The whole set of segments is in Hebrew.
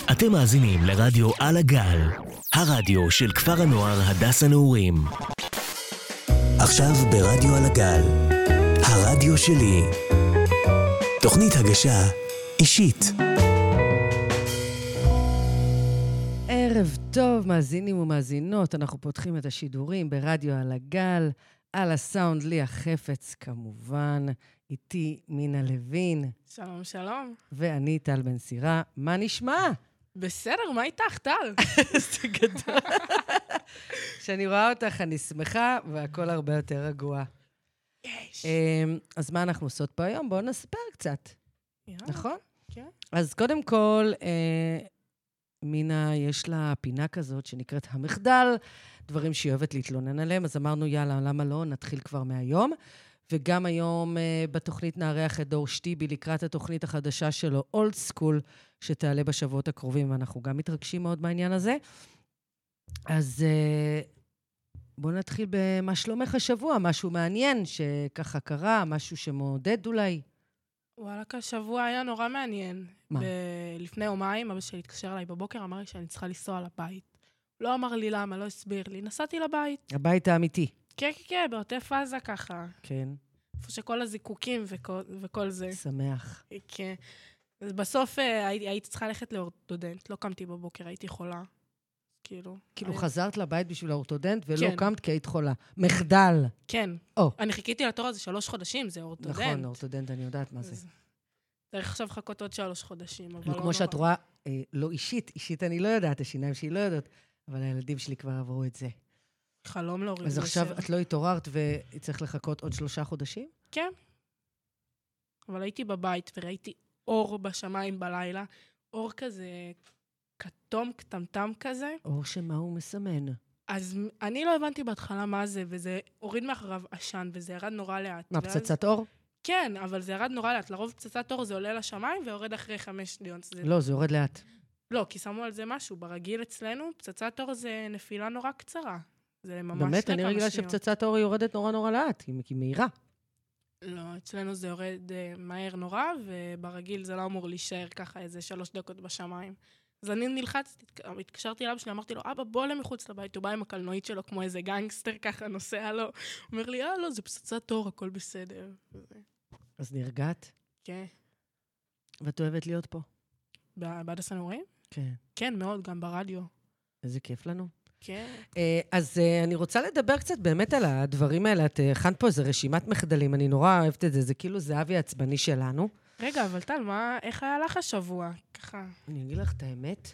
אתם מאזינים לרדיו על הגל, הרדיו של כפר הנוער הדס הנעורים. עכשיו ברדיו על הגל, הרדיו שלי. תוכנית הגשה אישית. ערב טוב, מאזינים ומאזינות. אנחנו פותחים את השידורים ברדיו על הגל, על הסאונד לי החפץ כמובן, איתי מינה לוין. שלום, שלום. ואני טל בן סירה. מה נשמע? בסדר, מה איתך, טל? זה גדול. כשאני רואה אותך, אני שמחה, והכל הרבה יותר רגוע. יש. אז מה אנחנו עושות פה היום? בואו נספר קצת. נכון? כן. אז קודם כל, מינה, יש לה פינה כזאת שנקראת המחדל, דברים שהיא אוהבת להתלונן עליהם, אז אמרנו, יאללה, למה לא? נתחיל כבר מהיום. וגם היום בתוכנית נארח את דור שטיבי, לקראת התוכנית החדשה שלו, אולד סקול, שתעלה בשבועות הקרובים, ואנחנו גם מתרגשים מאוד בעניין הזה. אז בואו נתחיל במה שלומך השבוע, משהו מעניין שככה קרה, משהו שמעודד אולי. וואלה, השבוע היה נורא מעניין. מה? לפני יומיים, אבא שלי התקשר אליי בבוקר, אמר לי שאני צריכה לנסוע לבית. לא אמר לי למה, לא הסביר לי. נסעתי לבית. הבית האמיתי. כן, כן, כן, בעוטף עזה ככה. כן. איפה שכל הזיקוקים וכל זה. שמח. כן. אז בסוף הייתי צריכה ללכת לאורתודנט. לא קמתי בבוקר, הייתי חולה. כאילו חזרת לבית בשביל האורתודנט, ולא כן. קמת כי היית חולה. מחדל. כן. או. אני חיכיתי לתור הזה 3 חודשים, זה אורתודנט. נכון, אורתודנט, אני יודעת מה זה. אז צריך עכשיו לחכות עוד 3 חודשים, אבל לא כמו שאת רואה, לא אישית אני לא יודעת, השיניים שלי לא יודעות, אבל הילדים שלי כבר עברו את זה. חלום להוריד אז עכשיו את לא התעוררת וצריך לחכות עוד 3 חודשים? כן. אבל הייתי בבית וראיתי אור בשמיים בלילה, אור כזה כתום, קטמטם כזה. אור שמה הוא מסמן. אז אני לא הבנתי בהתחלה מה זה, וזה הוריד מאחריו עשן, וזה ירד נורא לאט. מה, פצצת אור? כן, אבל זה ירד נורא לאט. לרוב פצצת אור זה עולה לשמיים ויורד אחרי 5 שניות. לא, זה יורד לאט. לא, כי שמו על זה משהו. ברגיל אצלנו, פצצת אור זה נפילה נורא קצרה. זה ממש באמת, אני לכמה רגילה שניות. שפצצת אור יורדת נורא נורא לאט, כי היא מהירה. לא, אצלנו זה יורד מהר נורא, וברגיל זה לא אמור להישאר ככה איזה 3 דקות בשמיים. אז אני נלחצתי, התקשרתי אליו שלי, אמרתי לו, אבא, בוא למחוץ לבית, הוא בא עם הקלנועית שלו כמו איזה גנגסטר ככה, נוסע לו. הוא אומר לי, לא, זה פצצת אור, הכל בסדר. אז נרגעת? כן. ואת אוהבת להיות פה? בעד הסנורים? כן. כן, מאוד, גם ברדיו. איזה כיף לנו. כן. אז אני רוצה לדבר קצת באמת על הדברים האלה. את הכנת פה איזו רשימת מחדלים, אני נורא אוהבת את זה, זה כאילו זהבי העצבני שלנו. רגע, אבל טל, איך היה לך השבוע? ככה. אני אגיד לך את האמת,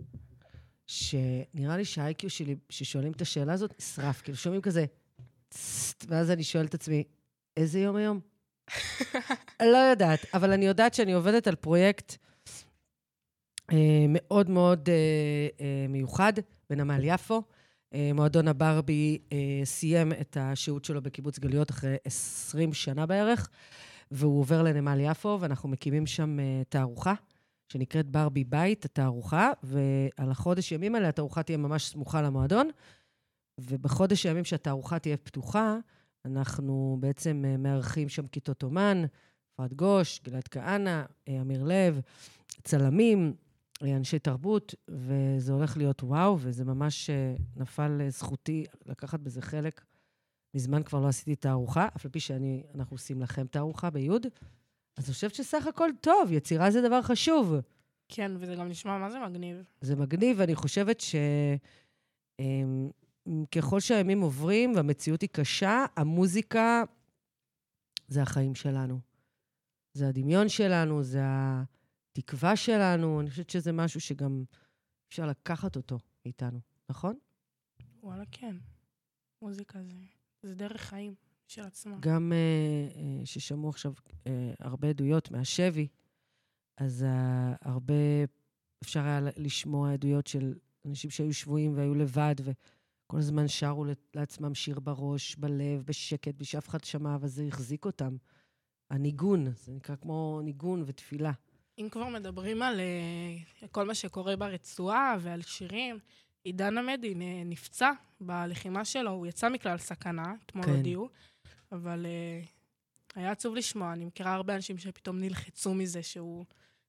שנראה לי שהאיקיו שלי, ששואלים את השאלה הזאת, נשרף. כאילו שומעים כזה, ואז אני שואלת את עצמי, איזה יום היום? לא יודעת, אבל אני יודעת שאני עובדת על פרויקט מאוד מאוד מיוחד בנמל יפו. מועדון הברבי סיים את השהות שלו בקיבוץ גלויות אחרי 20 שנה בערך, והוא עובר לנמל יפו, ואנחנו מקימים שם תערוכה, שנקראת ברבי בית, התערוכה, ועל החודש ימים האלה התערוכה תהיה ממש סמוכה למועדון, ובחודש הימים שהתערוכה תהיה פתוחה, אנחנו בעצם מארחים שם כיתות אומן, אפרת גוש, גלעד כהנא, אמיר לב, צלמים, אנשי תרבות, וזה הולך להיות וואו, וזה ממש נפל זכותי לקחת בזה חלק. מזמן כבר לא עשיתי תערוכה, אף על פי שאנחנו עושים לכם תערוכה ביוד, אז אני חושבת שסך הכל טוב, יצירה זה דבר חשוב. כן, וזה גם נשמע מה זה מגניב. זה מגניב, ואני חושבת ככל שהימים עוברים והמציאות היא קשה, המוזיקה זה החיים שלנו. זה הדמיון שלנו, זה התקווה שלנו. אני חושבת שזה משהו שגם אפשר לקחת אותו איתנו, נכון? וואלה, כן. מוזיקה זה דרך חיים של עצמה. גם ששמעו עכשיו הרבה עדויות מהשבי, אז הרבה אפשר היה לשמוע עדויות של אנשים שהיו שבויים והיו לבד, וכל הזמן שרו לעצמם שיר בראש, בלב, בשקט, בלי שאף אחד שמע, וזה החזיק אותם. הניגון, זה נקרא כמו ניגון ותפילה. אם כבר מדברים על כל מה שקורה ברצועה ועל שירים, עידן עמדי נפצע בלחימה שלו, הוא יצא מכלל סכנה, אתמול הודיעו, אבל היה עצוב לשמוע, אני מכירה הרבה אנשים שפתאום נלחצו מזה שהוא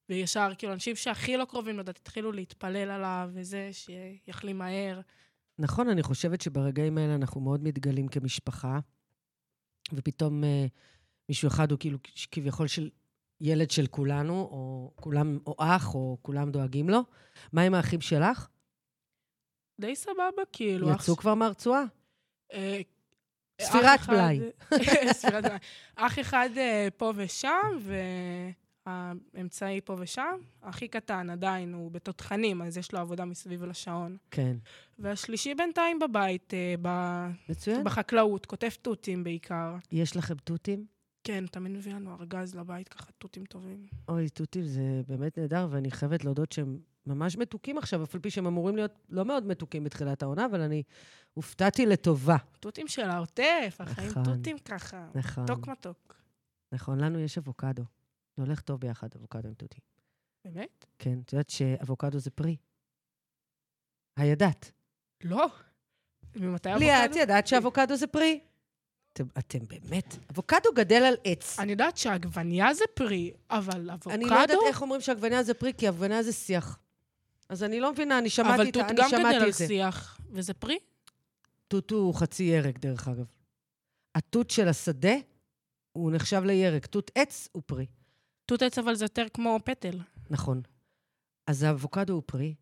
וישר, כאילו, אנשים שהכי לא קרובים לדעת, התחילו להתפלל עליו, וזה, שיחלים מהר. נכון, אני חושבת שברגעים האלה אנחנו מאוד מתגלים כמשפחה, ופתאום מישהו אחד הוא כאילו כביכול של ילד של כולנו, או כולם, או אח, או כולם דואגים לו. מה עם האחים שלך? די סבבה, כאילו. יצאו כבר מהרצועה? ספירת בלאי. ספירת בלאי. אח אחד פה ושם, והאמצעי פה ושם. הכי קטן עדיין, הוא בתותחנים, אז יש לו עבודה מסביב לשעון. כן. והשלישי בינתיים בבית, מצוין. בחקלאות, כותב תותים בעיקר. יש לכם תותים? כן, תמיד מביא לנו ארגז לבית, ככה תותים טובים. אוי, תותים זה באמת נהדר, ואני חייבת להודות שהם ממש מתוקים עכשיו, אפילו פי שהם אמורים להיות לא מאוד מתוקים בתחילת העונה, אבל אני הופתעתי לטובה. תותים של העוטף, החיים תותים ככה. נכון. מתוק מתוק. נכון, לנו יש אבוקדו. זה הולך טוב ביחד, אבוקדו עם תותים. באמת? כן, את יודעת שאבוקדו זה פרי. הידעת. לא. ממתי אבוקדו? ליה, את ידעת שאבוקדו זה פרי? אתם באמת, אבוקדו גדל על עץ. אני יודעת שעגבניה זה פרי, אבל אבוקדו... אני לא יודעת איך אומרים שעגבניה זה פרי, כי עגבניה זה שיח. אז אני לא מבינה, אני שמעתי את זה. אבל תות גם גדל על שיח, וזה פרי? תות הוא חצי ירק, דרך אגב. התות של השדה הוא נחשב לירק. תות עץ הוא פרי. תות עץ, אבל זה יותר כמו פטל. נכון. אז האבוקדו הוא פרי,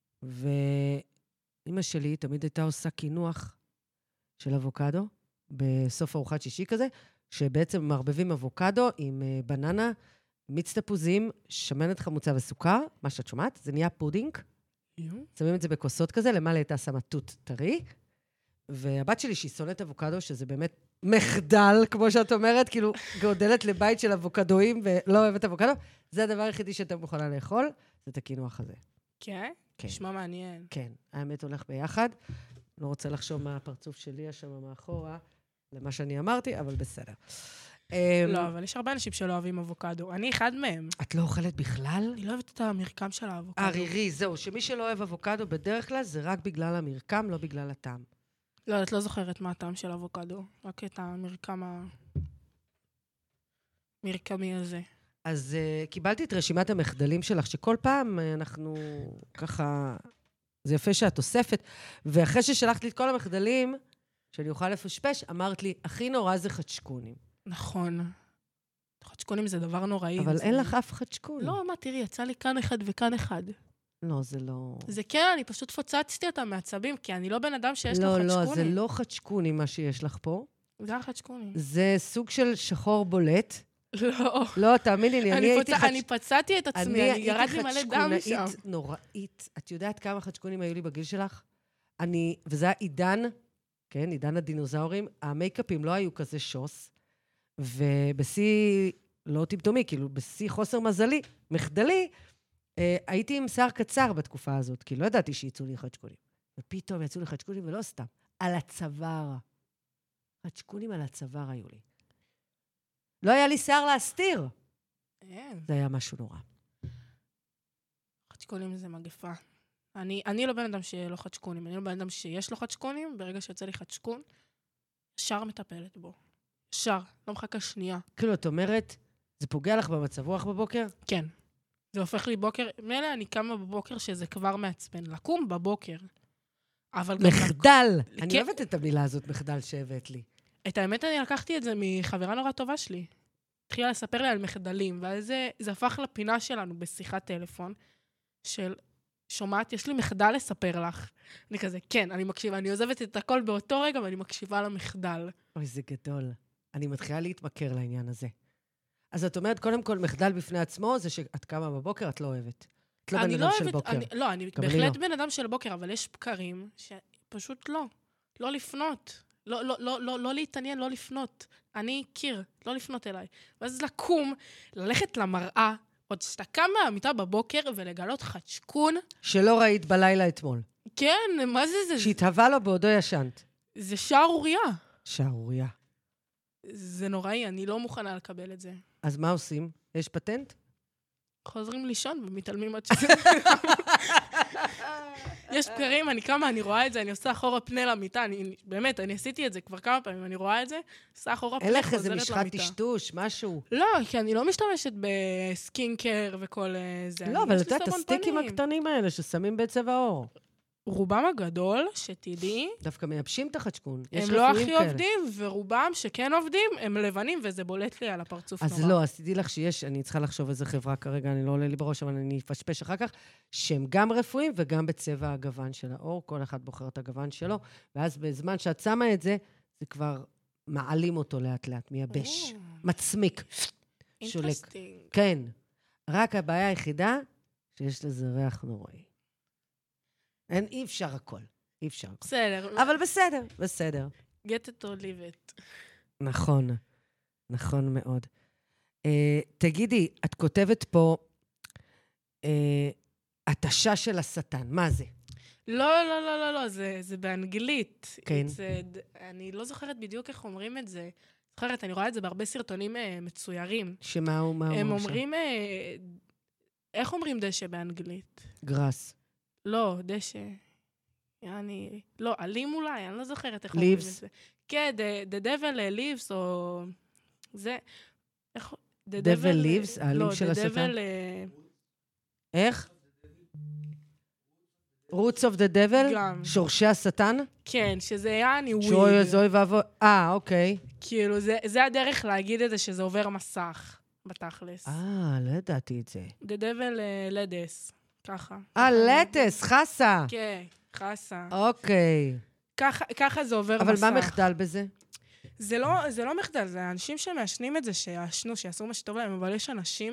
ואמא שלי תמיד הייתה עושה קינוח של אבוקדו, בסוף ארוחת שישי כזה, שבעצם מערבבים אבוקדו עם בננה, מיץ תפוזים, שמנת חמוצה וסוכר, מה שאת שומעת, זה נהיה פודינג. שמים את זה בכוסות כזה, למעלה הייתה שמה תות טרי, והבת שלי שהיא שונאת אבוקדו, שזה באמת מחדל, כמו שאת אומרת, כאילו גודלת לבית של אבוקדואים ולא אוהבת אבוקדו, זה הדבר היחידי שאתה מוכנה לאכול, זה את הקינוח הזה. כן? כן. נשמע מעניין. כן, האמת הולך ביחד. לא רוצה לחשוב מה הפרצוף שלי השם מאחורה, למה שאני אמרתי, אבל בסדר. לא, אבל יש הרבה אנשים שלא אוהבים אבוקדו. אני אחד מהם. את לא אוכלת בכלל? אני לא אוהבת את המרקם של האבוקדו. רירי, זהו, שמי שלא אוהב אבוקדו בדרך כלל, זה רק בגלל המרקם, לא בגלל הטעם. לא, את לא זוכרת מה הטעם של אבוקדו, רק את המרקם המרקמי הזה. אז קיבלתי את רשימת המחדלים שלך, שכל פעם אנחנו ככה, זה יפה שאת אוספת, ואחרי ששלחת לי את כל המחדלים, שאני אוכל לפשפש, אמרת לי, הכי נורא זה חדשקונים. נכון. חדשקונים זה דבר נוראי. אבל אין לך אף חדשקון. לא, מה, תראי, יצא לי כאן אחד וכאן אחד. לא, זה לא... זה כן, אני פשוט פוצצתי אותם מעצבים, כי אני לא בן אדם שיש לו חדשקונים. לא, זה לא חדשקונים מה שיש לך פה. זה החדשקונים. זה סוג של שחור בולט. לא. לא, תאמיני לי, אני פצעתי את עצמי, אני ירד לי מלא דם שם. אני הייתי חדשקונאית נוראית. את יודעת כמה חדשקונים היו לי בגיל שלך? וזה היה עידן, כן, עידן הדינוזאורים, המייקאפים לא היו כזה שוס, ובשיא, לא טיפטומי, כאילו, בשיא חוסר מזלי, מחדלי, הייתי עם שיער קצר בתקופה הזאת, כי לא ידעתי שיצאו לי חדשקונים. ופתאום יצאו לי חדשקונים, ולא סתם, על הצוואר. חדשקונים על הצוואר היו לי. לא היה לי שיער להסתיר. זה היה משהו נורא. חדשקונים זה מגפה. אני לא בן אדם שיהיה לו חדשקונים, אני לא בן אדם שיש לו חדשקונים, ברגע שיוצא לי חדשקון, ישר מטפלת בו. ישר, לא מחכה שנייה. כאילו, את אומרת, זה פוגע לך במצב רוח בבוקר? כן. זה הופך לי בוקר, מילא אני קמה בבוקר שזה כבר מעצבן, לקום בבוקר. מחדל! אני אוהבת את המילה הזאת, מחדל שהבאת לי. את האמת, אני לקחתי את זה מחברה נורא טובה שלי. התחילה לספר לי על מחדלים, ואז זה הפך לפינה שלנו בשיחת טלפון, של שומעת, יש לי מחדל לספר לך. אני כזה, כן, אני מקשיבה, אני עוזבת את הכל באותו רגע, ואני מקשיבה למחדל. אוי, זה גדול. אני מתחילה להתמכר לעניין הזה. אז את אומרת, קודם כל, מחדל בפני עצמו, זה שאת קמה בבוקר, את לא אוהבת. את לא בן אדם של בוקר. לא, אני בהחלט בן אדם של בוקר, אבל יש בקרים שפשוט לא. לא לפנות. לא להתעניין, לא לפנות. אני קיר, לא לפנות אליי. ואז לקום, ללכת למראה, עוד שאתה קם מהמיטה בבוקר ולגלות חדשקון. שלא ראית בלילה אתמול. כן, מה זה? שהתהווה לו בעודו ישנת. זה שערוריה. שערוריה. זה נוראי, אני לא מוכנה לקבל את זה. אז מה עושים? יש פטנט? חוזרים לישון ומתעלמים עד שזה... יש בקרים, אני קמה, אני רואה את זה, אני עושה אחורה פנה למיטה, באמת, אני עשיתי את זה כבר כמה פעמים, אני רואה את זה, עושה אחורה פנה, חוזרת למיטה. אין לך איזה משחת טשטוש, משהו? לא, כי אני לא משתמשת בסקינקר וכל זה. לא, אבל אתה את הסטיקים הקטנים האלה ששמים בצבע עור. רובם הגדול, שתדעי, דווקא מייבשים את החדשקון. הם לא הכי עובדים, ורובם שכן עובדים, הם לבנים, וזה בולט לי על הפרצוף נורא. אז לא, אז תדעי לך שיש, אני צריכה לחשוב איזה חברה כרגע, אני לא עולה לי בראש, אבל אני אפשפש אחר כך, שהם גם רפואיים וגם בצבע הגוון של האור, כל אחד בוחר את הגוון שלו, ואז בזמן שאת שמה את זה, זה כבר מעלים אותו לאט לאט, מייבש, מצמיק, שולק. כן, רק הבעיה היחידה, שיש לזה ריח נוראי. אי אפשר הכל, אי אפשר הכל. בסדר. אבל בסדר, בסדר. get it or leave it. נכון, נכון מאוד. תגידי, את כותבת פה, התשה של השטן, מה זה? לא, זה באנגלית. כן. אני לא זוכרת בדיוק איך אומרים את זה. זוכרת, אני רואה את זה בהרבה סרטונים מצוירים. שמה הוא מה הם אומרים, איך אומרים דשא באנגלית? גרס. לא, דשא. לא, אלים אולי, אני לא זוכרת איך אומרים את זה. כן, the devil lives, או... זה... איך... devil lives, האלים של השטן? איך? roots of the devil? גם. שורשי השטן? כן, שזה יעני וויד. שוי זוי ואבוי... אוקיי. כאילו, זה הדרך להגיד את זה, שזה עובר מסך, בתכלס. לא ידעתי את זה. the devil lettuce, ככה. לטס, חסה. כן, חסה. אוקיי. ככה זה עובר מסך. אבל מה מחדל בזה? זה לא מחדל, זה אנשים שמאשנים את זה, שיעשנו, שיעשו מה שטוב להם, אבל יש אנשים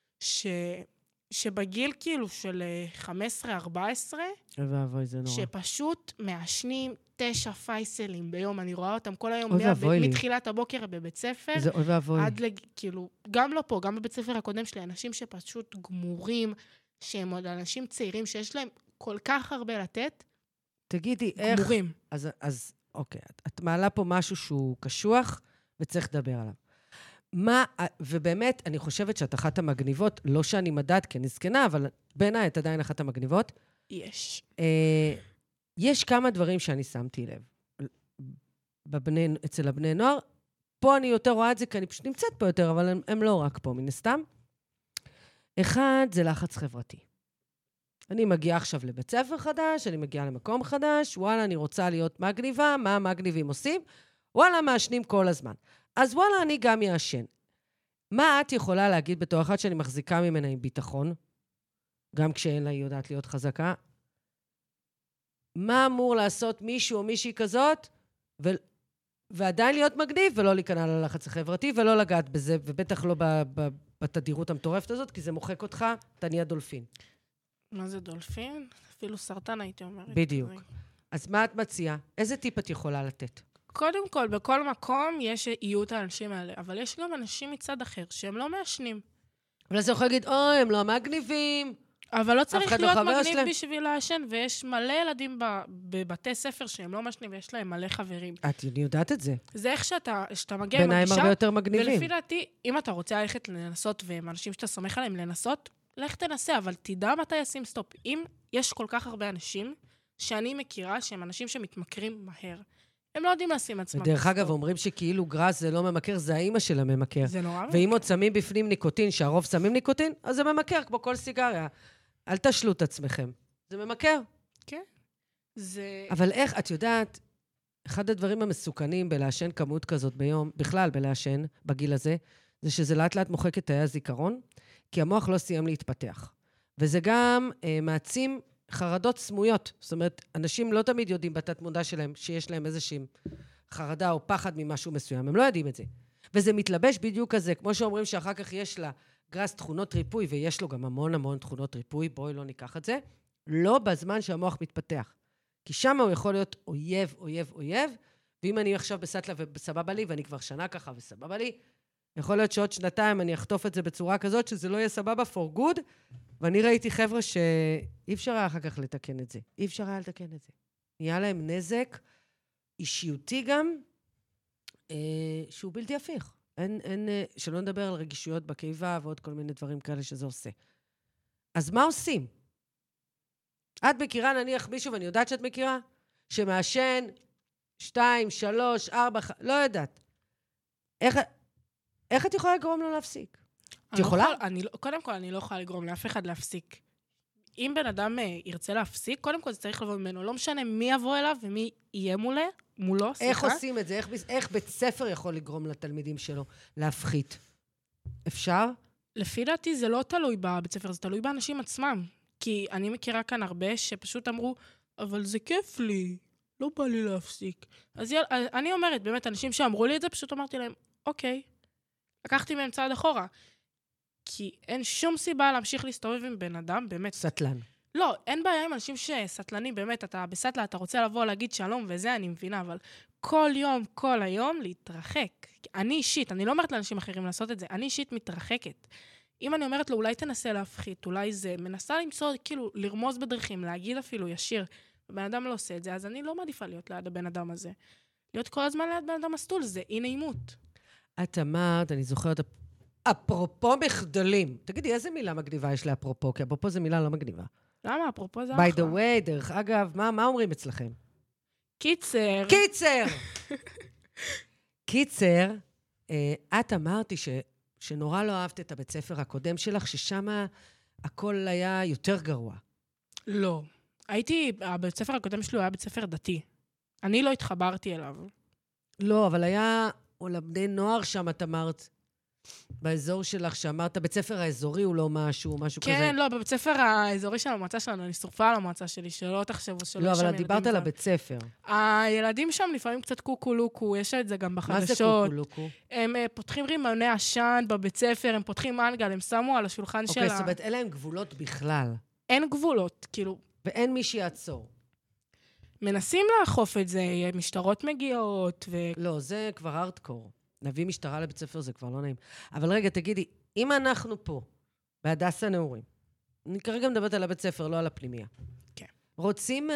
שבגיל כאילו של 15-14, שפשוט מאשנים 9 פייסלים ביום, אני רואה אותם כל היום, מתחילת הבוקר בבית ספר, זה אוי ואבוי. עד כאילו, גם לא פה, גם בבית ספר הקודם שלי, אנשים שפשוט גמורים, שהם עוד אנשים צעירים, שיש להם כל כך הרבה לתת, תגידי, איך... גמורים. אז אוקיי, את מעלה פה משהו שהוא קשוח, וצריך לדבר עליו. ובאמת, אני חושבת שאת אחת המגניבות, לא שאני מדד, כי אני זקנה, אבל בעיניי את עדיין אחת המגניבות. יש. יש כמה דברים שאני שמתי לב. אצל הבני נוער, פה אני יותר רואה את זה, כי אני פשוט נמצאת פה יותר, אבל הם לא רק פה, מן הסתם. אחד, זה לחץ חברתי. אני מגיעה עכשיו לבית ספר חדש, אני מגיעה למקום חדש, וואלה, אני רוצה להיות מגניבה, מה המגניבים עושים? וואלה, מעשנים כל הזמן. אז וואלה, אני גם יעשן. מה את יכולה להגיד בתור אחת שאני מחזיקה ממנה עם ביטחון, גם כשאין לה, היא יודעת להיות חזקה? מה אמור לעשות מישהו או מישהי כזאת, ועדיין להיות מגניב, ולא להיכנע ללחץ החברתי, ולא לגעת בזה, ובטח לא בתדירות המטורפת הזאת, כי זה מוחק אותך, אתה נהיה דולפין. מה זה דולפין? אפילו סרטן הייתי אומרת. בדיוק. אז מה את מציעה? איזה טיפ את יכולה לתת? קודם כל, בכל מקום יש איות האנשים האלה, אבל יש גם אנשים מצד אחר שהם לא מעשנים. אבל אז אני יכולה להגיד, אוי, הם לא מגניבים. אבל לא צריך להיות מגניב בשביל לעשן, ויש מלא ילדים בבתי ספר שהם לא מעשנים, ויש להם מלא חברים. אני יודעת את זה. זה איך שאתה מגיע בעיניי הם הרבה יותר מגניבים. ולפי דעתי, אם אתה רוצה ללכת לנסות, והם אנשים שאתה סומך עליהם לנסות, לך תנסה, אבל תדע מתי ישים סטופ. אם יש כל כך הרבה אנשים שאני מכירה שהם אנשים שמתמכרים מהר, הם לא יודעים לשים עצמם. ודרך אגב, אומרים שכאילו גרס זה לא ממכר, זה האמא של הממכר. זה נורא ממכר. ואם עוד שמים בפנים ניקוטין, שהרוב שמים ניקוטין, אז זה ממכר, כמו כל סיגריה. אל תשלו את עצמכם. זה ממכר. כן. אבל איך, את יודעת, אחד הדברים המסוכנים בלעשן כמות כזאת ביום, בכלל בלעשן, בגיל הזה, זה שזה לאט לאט מוחק את תאי הזיכרון, כי המוח לא סיים להתפתח. וזה גם מעצים חרדות סמויות. זאת אומרת, אנשים לא תמיד יודעים בתת מודע שלהם שיש להם איזושהי חרדה או פחד ממשהו מסוים. הם לא יודעים את זה. וזה מתלבש בדיוק כזה, כמו שאומרים שאחר כך יש לה גרס תכונות ריפוי, ויש לו גם המון המון תכונות ריפוי, בואי לא ניקח את זה, לא בזמן שהמוח מתפתח. כי שם הוא יכול להיות אויב, אויב, אויב, ואם אני עכשיו בסטלה וסבבה לי, ואני כבר שנה ככה וסבבה לי, יכול להיות שעוד שנתיים אני אחטוף את זה בצורה כזאת, שזה לא יהיה סבבה for good, ואני ראיתי חבר'ה שאי אפשר היה אחר כך לתקן את זה. אי אפשר היה לתקן את זה. נהיה להם נזק אישיותי גם, שהוא בלתי הפיך. שלא נדבר על רגישויות בקיבה ועוד כל מיני דברים כאלה שזה עושה. אז מה עושים? את מכירה נניח מישהו, ואני יודעת שאת מכירה, שמעשן 2, 3, 4, לא יודעת. איך את יכולה לגרום לו להפסיק? את יכולה? קודם כל, אני לא יכולה לגרום לאף אחד להפסיק. אם בן אדם ירצה להפסיק, קודם כל זה צריך לבוא ממנו. לא משנה מי יבוא אליו ומי יהיה מולו, סליחה. איך עושים את זה? איך בית ספר יכול לגרום לתלמידים שלו להפחית? אפשר? לפי דעתי זה לא תלוי בבית ספר, זה תלוי באנשים עצמם. כי אני מכירה כאן הרבה שפשוט אמרו, אבל זה כיף לי, לא בא לי להפסיק. אז אני אומרת, באמת, אנשים שאמרו לי את זה, פשוט אמרתי להם, אוקיי, לקחתי מהם צעד אחורה. כי אין שום סיבה להמשיך להסתובב עם בן אדם, באמת. סטלן. לא, אין בעיה עם אנשים שסטלנים, באמת, אתה בסטלה, אתה רוצה לבוא להגיד שלום וזה, אני מבינה, אבל כל יום, כל היום, להתרחק. אני אישית, אני לא אומרת לאנשים אחרים לעשות את זה, אני אישית מתרחקת. אם אני אומרת לו, אולי תנסה להפחית, אולי זה, מנסה למצוא, כאילו, לרמוז בדרכים, להגיד אפילו ישיר, ובן אדם לא עושה את זה, אז אני לא מעדיפה להיות ליד הבן אדם הזה. להיות כל הזמן ליד בן אדם מסטול, זה אי נעימות. את אמרת, אני זוכרת, אפרופו מחדלים. תגידי, איזה מילה מגניבה יש לאפרופו? כי אפרופו זה מילה לא מגניבה. למה? אפרופו זה אחלה. By the way, דרך אגב, מה אומרים אצלכם? קיצר. קיצר, את אמרתי שנורא לא אהבת את הבית ספר הקודם שלך, ששם הכל היה יותר גרוע. לא. הבית ספר הקודם שלי היה בית ספר דתי. אני לא התחברתי אליו. לא, אבל היה בני נוער שם, את אמרת, באזור שלך, שאמרת, בית ספר האזורי הוא לא משהו כזה. כן, לא, בבית ספר האזורי של המועצה שלנו, אני שורפה על המועצה שלי, שלא תחשבו שלא לא, אבל את דיברת על הבית ספר. הילדים שם לפעמים קצת קוקו-לוקו, יש את זה גם בחדשות. מה זה קוקו-לוקו? הם פותחים רימוני עשן בבית ספר, הם פותחים מנגל, הם שמו על השולחן שלה. אוקיי, זאת אומרת, אלה הם גבולות בכלל. אין גבולות, כאילו. ואין מי שיעצור. מנסים לאכוף את זה, משטרות מגיעות לא, זה כבר הארדקור. נביא משטרה לבית ספר, זה כבר לא נעים. אבל רגע, תגידי, אם אנחנו פה, בהדסה הנעורים, אני כרגע מדברת על הבית ספר, לא על הפנימיה. כן. רוצים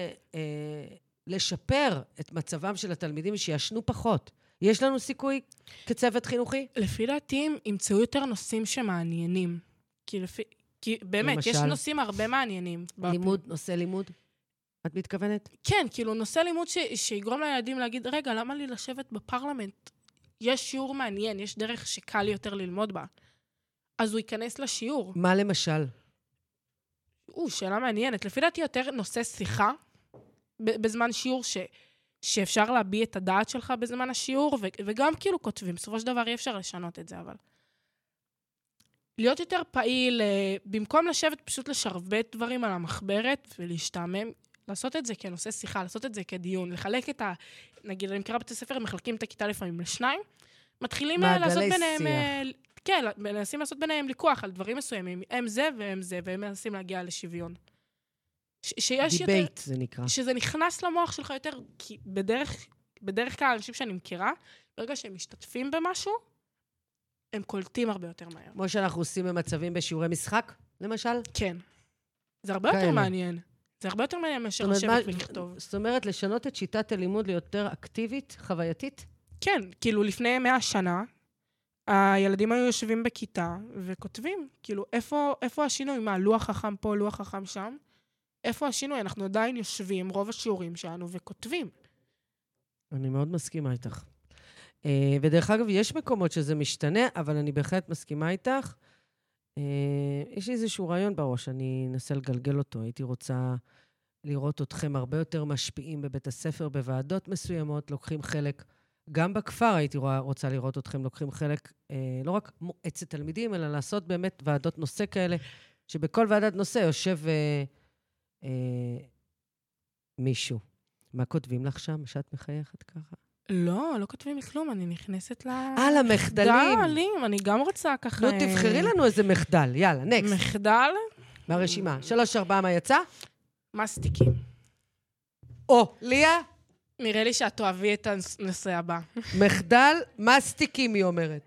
לשפר את מצבם של התלמידים שישנו פחות. יש לנו סיכוי כצוות חינוכי? לפי דעתי, ימצאו יותר נושאים שמעניינים. כי באמת, למשל, יש נושאים הרבה מעניינים. נושא לימוד? את מתכוונת? כן, כאילו נושא לימוד שיגרום לילדים להגיד, רגע, למה לי לשבת בפרלמנט? יש שיעור מעניין, יש דרך שקל יותר ללמוד בה. אז הוא ייכנס לשיעור. מה למשל? שאלה מעניינת. לפי דעתי יותר נושא שיחה, בזמן שיעור שאפשר להביע את הדעת שלך בזמן השיעור, וגם כאילו כותבים. בסופו של דבר אי אפשר לשנות את זה, אבל... להיות יותר פעיל, במקום לשבת פשוט לשרבט דברים על המחברת ולהשתעמם, לעשות את זה כנושא שיחה, לעשות את זה כדיון, לחלק את נגיד, אני מכירה בתי ספר, מחלקים את הכיתה לפעמים לשניים, מתחילים לעשות ביניהם... כן, מנסים לעשות ביניהם ליקוח על דברים מסוימים, הם זה והם זה, והם מנסים להגיע לשוויון. דיבייט זה נקרא. שזה נכנס למוח שלך יותר, כי בדרך כלל אנשים שאני מכירה, ברגע שהם משתתפים במשהו, הם קולטים הרבה יותר מהר. כמו שאנחנו עושים במצבים בשיעורי משחק, למשל? כן. זה הרבה יותר מעניין. זה הרבה יותר מעניין מאשר לשבת ולכתוב. זאת אומרת, לשנות את שיטת הלימוד ליותר אקטיבית, חווייתית? כן, כאילו לפני 100 שנה, הילדים היו יושבים בכיתה וכותבים, כאילו, איפה השינוי? מה, לוח חכם פה, לוח חכם שם? איפה השינוי? אנחנו עדיין יושבים, רוב השיעורים שלנו, וכותבים. אני מאוד מסכימה איתך. ודרך אגב, יש מקומות שזה משתנה, אבל אני בהחלט מסכימה איתך. יש לי איזשהו רעיון בראש, אני אנסה לגלגל אותו. הייתי רוצה לראות אתכם הרבה יותר משפיעים בבית הספר, בוועדות מסוימות, לוקחים חלק. גם בכפר הייתי רוצה לראות אתכם לוקחים חלק, לא רק מועצת תלמידים, אלא לעשות באמת ועדות נושא כאלה, שבכל ועדת נושא יושב מישהו. מה כותבים לך שם, שאת מחייכת ככה? לא כותבים כלום, אני נכנסת למחדלים. אני גם רוצה ככה... נו, תבחרי לנו איזה מחדל, יאללה, נקסט. מחדל? מהרשימה. 3-4, מה יצא? מסטיקים. ליה? נראה לי שאת אוהבי את הנושא הבא. מחדל, מסטיקים, היא אומרת.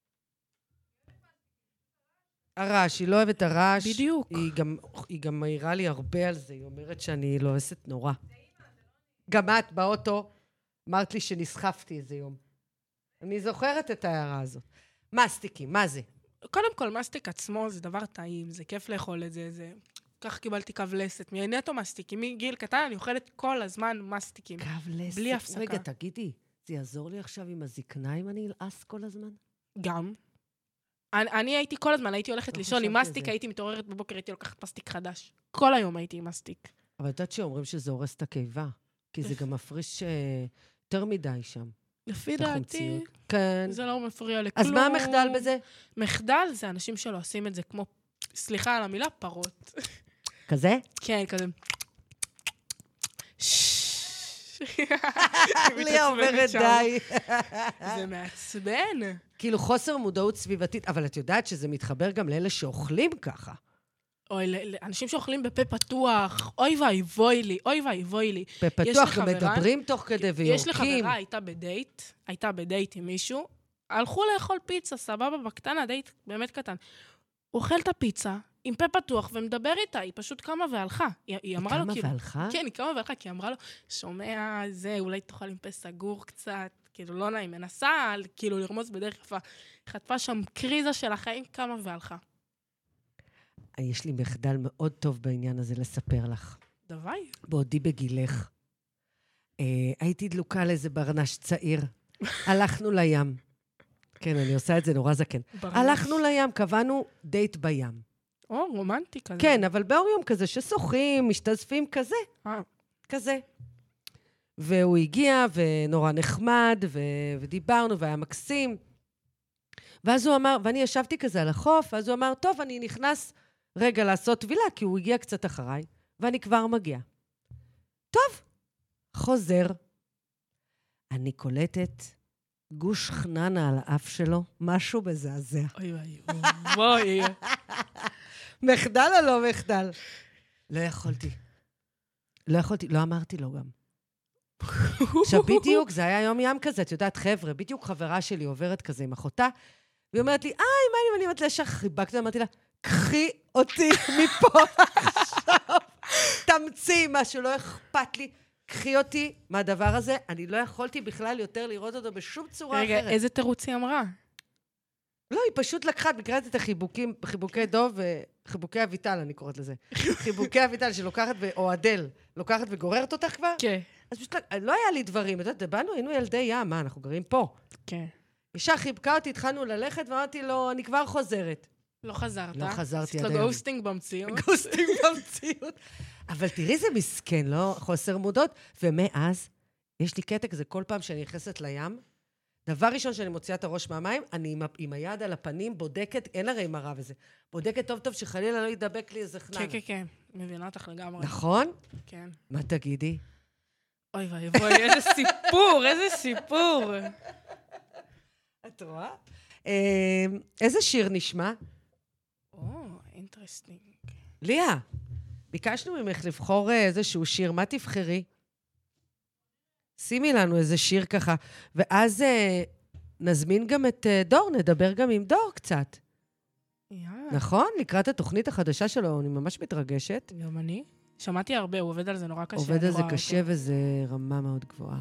הרעש, היא לא אוהבת הרעש. בדיוק. היא גם מעירה לי הרבה על זה, היא אומרת שאני לועסת נורא. גם את באוטו. אמרת לי שנסחפתי איזה יום. אני זוכרת את ההערה הזאת. מסטיקים, מה זה? קודם כל, מסטיק עצמו זה דבר טעים, זה כיף לאכול את זה, כך קיבלתי קו לסת, נטו מסטיקים. מגיל קטן אני אוכלת כל הזמן מסטיקים. קו לסת. בלי הפסקה. רגע, תגידי, זה יעזור לי עכשיו עם הזקנה אם אני אלעס כל הזמן? גם. אני הייתי כל הזמן, הייתי הולכת לישון עם מסטיק, זה. הייתי מתעוררת בבוקר, הייתי לוקחת מסטיק חדש. כל היום הייתי עם מסטיק. אבל את יודעת שאומרים שזה הורס את הקיבה, כי זה גם מפריש יותר מדי שם. לפי דעתי, כן. זה לא מפריע לכלום. אז מה המחדל בזה? מחדל זה אנשים שלא עושים את זה כמו, סליחה על המילה, פרות. כזה? כן, כזה. לי אומרת די. זה מעצבן. כאילו חוסר מודעות סביבתית, אבל את יודעת שזה מתחבר גם לאלה שאוכלים ככה. אוי, אנשים שאוכלים בפה פתוח, אוי ואבוי לי, אוי ואבוי לי. פה פתוח, גם מדברים תוך כדי ויורקים. יש לי חברה, הייתה בדייט עם מישהו, הלכו לאכול פיצה, סבבה, בקטנה, דייט באמת קטן. הוא אוכל את הפיצה עם פה פתוח ומדבר איתה, היא פשוט קמה והלכה. היא אמרה לו כאילו... היא קמה והלכה? כן, היא קמה והלכה, כי היא אמרה לו, שומע, זה, אולי תאכל עם פה סגור קצת, כאילו לא נעים, מנסה, כאילו לרמוז בדרך יפה. חטפה שם קריזה של החיים, קמה והלכה. יש לי מחדל מאוד טוב בעניין הזה לספר לך. דווי. בעודי בגילך. הייתי דלוקה לאיזה ברנש צעיר. הלכנו לים. כן, אני עושה את זה נורא זקן. הלכנו לים, קבענו דייט בים. רומנטי כזה. כן, אבל באור יום כזה ששוחים, משתזפים כזה. כזה. והוא הגיע, ונורא נחמד, ודיברנו, והיה מקסים. ואז הוא אמר, ואני ישבתי כזה על החוף, ואז הוא אמר, טוב, אני נכנס רגע לעשות טבילה, כי הוא הגיע קצת אחריי, ואני כבר מגיע. טוב, חוזר. אני קולטת גוש חננה על האף שלו, משהו בזעזע. אוי אוי. מחדל או לא מחדל? לא יכולתי, לא אמרתי לו גם. עכשיו בדיוק, זה היה יום ים כזה, את יודעת, חבר'ה, בדיוק חברה שלי עוברת כזה עם אחותה, והיא אומרת לי, מה אני אומרת לה, חיבקתי, אמרתי לה, קחי אותי מפה עכשיו, תמציא משהו, לא אכפת לי, קחי אותי מהדבר הזה, אני לא יכולתי בכלל יותר לראות אותו בשום צורה אחרת. רגע, איזה תירוץ היא אמרה? לא, היא פשוט לקחה, בקראת את החיבוקים, חיבוקי דוב וחיבוקי אביטל, אני קוראת לזה. חיבוקי אביטל שלוקחת, או אדל, לוקחת וגוררת אותך כבר? כן. אז פשוט לא היה לי דברים, את יודעת, באנו, היינו ילדי ים, מה, אנחנו גרים פה. כן. אישה חיבקה אותי, התחלנו ללכת, ואמרתי לו, אני כבר חוזרת. לא חזרת. לא חזרתי עשית לו גוסטינג במציאות. גוסטינג במציאות. אבל תראי, זה מסכן, לא? חוסר מודעות. ומאז, יש לי קטע כזה, כל פעם שאני נכנסת לים, דבר ראשון שאני מוציאה את הראש מהמים, אני עם היד על הפנים בודקת, אין הרי מראה וזה, בודקת טוב טוב שחלילה לא ידבק לי איזה חנן. כן. מבינה אותך לגמרי. נכון? כן. מה תגידי? אוי ואבוי, איזה סיפור. את רואה? איזה שיר נשמע? אינטרסטינג. ליה, ביקשנו ממך לבחור איזשהו שיר, מה תבחרי? שימי לנו איזה שיר ככה, ואז נזמין גם את דור, נדבר גם עם דור קצת. יאללה. נכון? לקראת התוכנית החדשה שלו, אני ממש מתרגשת. גם אני. שמעתי הרבה, הוא עובד על זה נורא קשה. עובד על זה קשה וזה רמה מאוד גבוהה.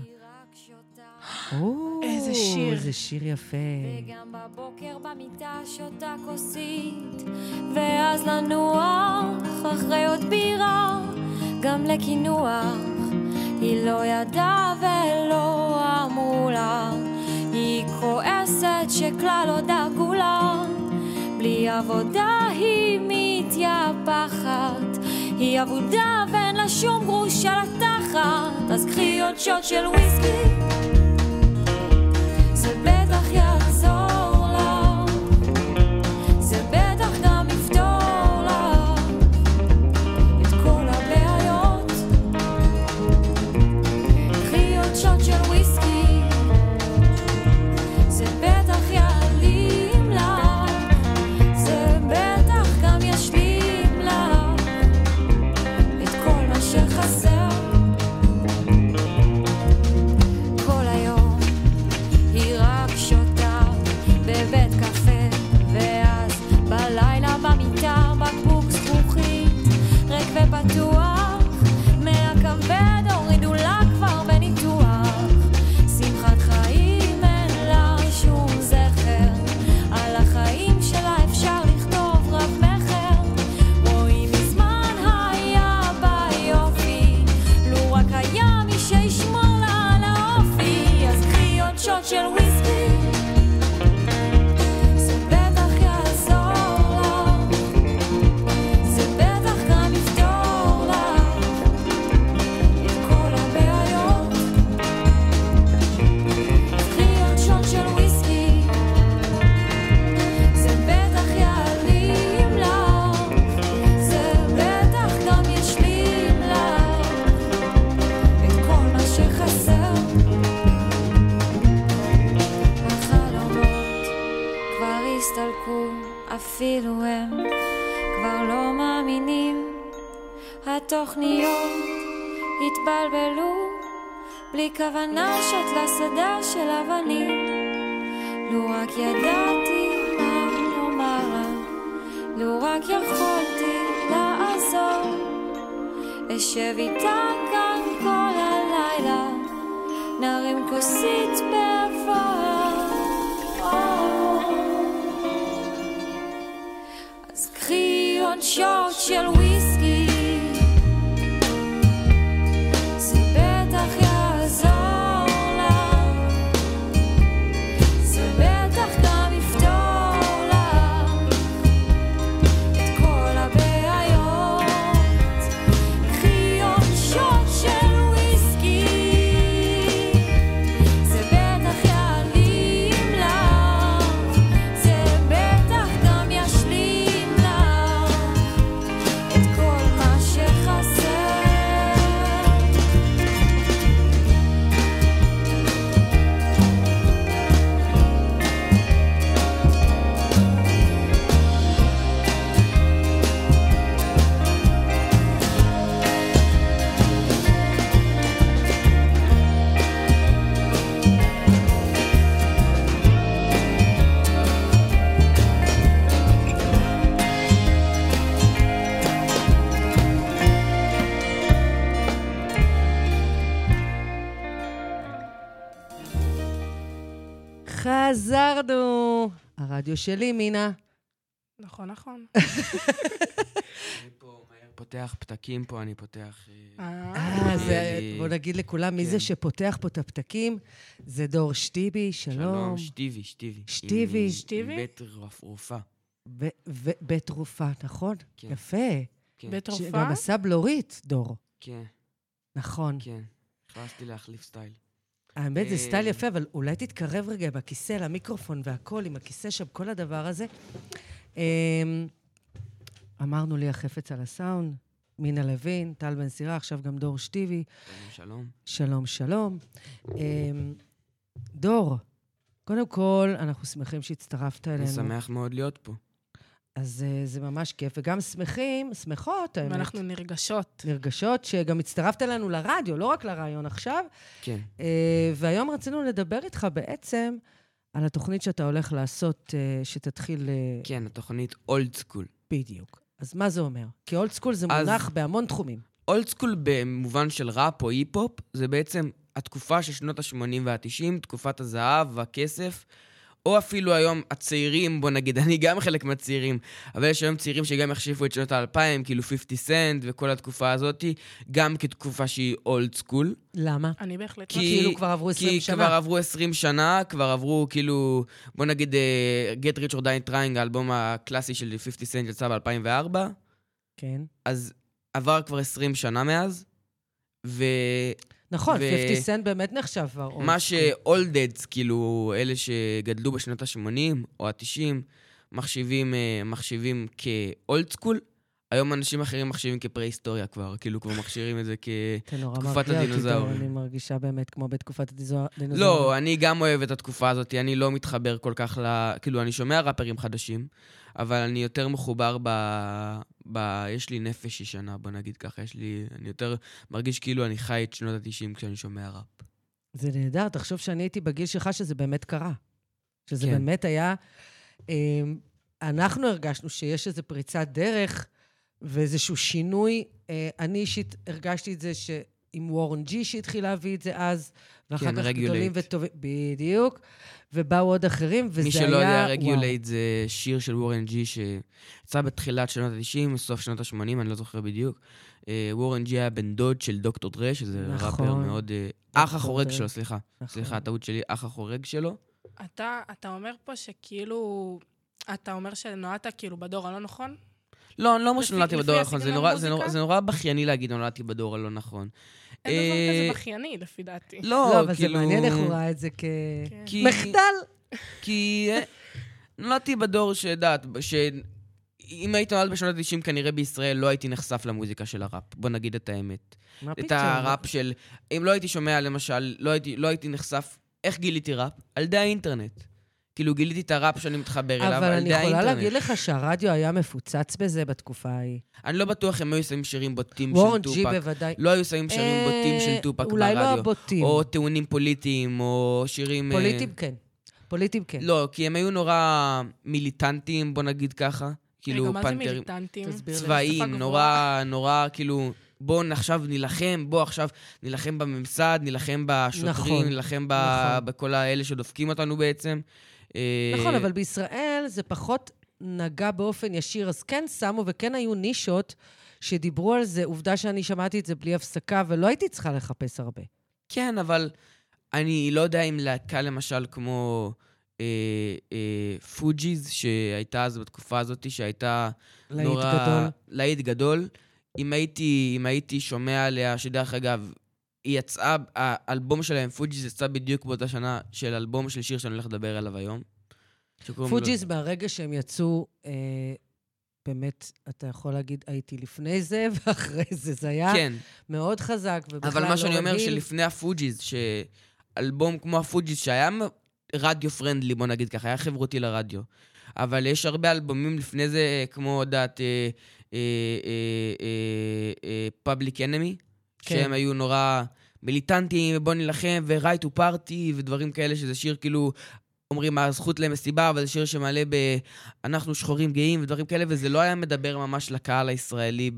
איזה שיר. איזה שיר יפה. וגם בבוקר במיטה שותה כוסית, ואז לנוח אחרי עוד בירה, גם לקינוח. היא לא ידעה ולא אמרו לה, היא כועסת שכלל לא דאגו לה, בלי עבודה היא מתייפחת, היא עבודה ואין לה שום גרוש על התחת. אז קחי עוד שוט של וויסקי, זה בטח יעזור לה, זה בטח גם יפתור לה את כל הבעיות. קחי עוד שוט של וויסקי, זה בטח יעלים לה, זה בטח גם ישלים לה את כל מה שחסר. תוכניות התבלבלו בלי כוונה שאת לסדר של אבנים לו רק ידעתי מה לומר לו רק יכולתי לעזור אשב איתה כאן כל הלילה נרים כוסית בעבר אז קחי עוד שוט של וויסקי זה בטח יעזור לך זה בטח גם יפתור לך את כל הבעיות קחי עוד שוט של וויסקי זה בטח יעלים לך זה בטח גם ישלים לך את כל מה שחסר חזרנו. הרדיו שלי, מינה. נכון, נכון. אני פה מהר פותח פתקים פה, אני פותח... בוא נגיד לכולם, מי זה שפותח פה את הפתקים? זה דור שטיבי, שלום. שלום, שטיבי. שטיבי. שטיבי? בית רופאה. בית תרופה, נכון? כן. יפה. כן. בית רופאה? גם עשה בלורית, דור. כן, נכון. כן. החלטתי להחליף סטייל. האמת זה סטייל יפה, אבל אולי תתקרב רגע בכיסא, למיקרופון והכל, עם הכיסא שם, כל הדבר הזה. אמרנו לי החפץ על הסאונד, מינה לוין, טל בן סירה, עכשיו גם דור שטיבי. שלום. שלום. דור, קודם כל, אנחנו שמחים שהצטרפת אלינו. אני שמח מאוד להיות פה. אז זה ממש כיף, וגם שמחות, האמת. ואנחנו נרגשות, שגם הצטרפת אלינו לרדיו, לא רק לרעיון עכשיו. כן. והיום רצינו לדבר איתך בעצם על התוכנית שאתה הולך לעשות, שתתחיל... כן, התוכנית אולד סקול. בדיוק. אז מה זה אומר? כי אולד סקול זה מונח בהמון תחומים. אולד סקול במובן של ראפ או היפ-הופ, זה בעצם התקופה של שנות ה-80 וה-90, תקופת הזהב והכסף, או אפילו היום הצעירים, בוא נגיד, אני גם חלק מהצעירים, אבל יש היום צעירים שגם יחשיפו את שנות ה-2000, כאילו 50 סנט וכל התקופה הזאת, גם כתקופה שהיא אולד סקול. למה? אני בהחלט... כאילו כבר עברו 20 שנה. כי כבר עברו 20 שנה, כבר עברו כאילו, בוא נגיד, Get Rich or Die Trying, האלבום הקלאסי של 50 סנט יצא ב-2004. כן. אז עבר כבר 20 שנה מאז, נכון, 50 סנט באמת נחשב כבר. מה שאולדדס, כאילו, אלה שגדלו בשנות ה-80 או ה-90, מחשיבים כאולד סקול, היום אנשים אחרים מחשיבים כפרה-היסטוריה כבר, כאילו כבר מכשירים את זה כתקופת הדינוזאור. אני מרגישה באמת כמו בתקופת הדינוזאור. לא, אני גם אוהב את התקופה הזאת, אני לא מתחבר כל כך כאילו, אני שומע ראפרים חדשים, אבל אני יותר מחובר יש לי נפש ישנה, בוא נגיד ככה, אני יותר מרגיש כאילו אני חי את שנות ה-90 כשאני שומע ראפ. זה נהדר, תחשוב שאני הייתי בגיל שלך שזה באמת קרה. שזה כן. באמת היה... אנחנו הרגשנו שיש איזו פריצת דרך ואיזשהו שינוי. אני אישית הרגשתי את זה עם וורן ג'י שהתחיל להביא את זה אז, ואחר כך גדולים וטובים, בדיוק, ובאו עוד אחרים, וזה היה... מי שלא יודע, רגולייט זה שיר של וורן ג'י שיצא בתחילת שנות ה-90, בסוף שנות ה-80, אני לא זוכר בדיוק. וורן ג'י היה בן דוד של דוקטור דרה, שזה ראפר מאוד... אח החורג שלו, סליחה, הטעות שלי, אח החורג שלו. אתה אומר פה שכאילו... אתה אומר שנולדת כאילו בדור הלא נכון? לא, אני לא אומר שנולדתי בדור הלא נכון, זה נורא בכייני להגיד נולדתי בדור הלא נכון. אין דבר כזה בכייני, לפי דעתי. לא, אבל זה מעניין איך הוא ראה את זה כמחדל. כי נולדתי בדור שדעת, שאם הייתי נולד בשנות ה-90 כנראה בישראל לא הייתי נחשף למוזיקה של הראפ. בוא נגיד את האמת. את הראפ של... אם לא הייתי שומע למשל, לא הייתי נחשף... איך גיליתי ראפ? על ידי האינטרנט. כאילו גיליתי את הראפ שאני מתחבר אליו, אבל על אני ידי יכולה האינטרנט. להגיד לך שהרדיו היה מפוצץ בזה בתקופה ההיא. אני לא בטוח אם היו שמים שירים בוטים של וורן ג'י טופק. בוודאי. לא היו שמים שירים בוטים של טופק ברדיו. אולי לא הבוטים. או טיעונים פוליטיים, או שירים... פוליטיים כן. פוליטיים כן. לא, כי הם היו נורא מיליטנטיים, בוא נגיד ככה. כאילו רגע, מה זה פנתרים. מיליטנטים? תסביר לי. צבאיים, נורא, כאילו, בואו עכשיו נילחם בממסד, נילחם בשוטרים, נכון, נילחם נכון. בכל האלה שדופקים אותנו בעצם. נכון, אבל בישראל זה פחות נגע באופן ישיר, אז כן שמו וכן היו נישות שדיברו על זה, עובדה שאני שמעתי את זה בלי הפסקה, ולא הייתי צריכה לחפש הרבה. כן, אבל אני לא יודע אם להקה למשל כמו פוג'יז, שהייתה אז בתקופה הזאת, שהייתה נורא... להיט גדול. אם הייתי שומע עליה, שדרך אגב, היא יצאה, האלבום שלהם, פוג'יז, יצא בדיוק באותה שנה של אלבום של שיר שאני הולך לדבר עליו היום. פוג'יז, מהרגע שהם יצאו, באמת, אתה יכול להגיד, הייתי לפני זה, ואחרי זה, זה היה מאוד חזק, ובכלל לא רגיל. אבל מה שאני אומר, שלפני הפוג'יז, שאלבום כמו הפוג'יז, שהיה רדיו פרנדלי, בוא נגיד ככה, היה חברותי לרדיו. אבל יש הרבה אלבומים לפני זה, כמו דעת Public Enemy, שהם היו נורא מיליטנטיים, בוא נלחם, ו-Right to Party, ודברים כאלה, שזה שיר כאילו, אומרים, הזכות למסיבה, אבל זה שיר שמעלה אנחנו שחורים גאים, ודברים כאלה, וזה לא היה מדבר ממש לקהל הישראלי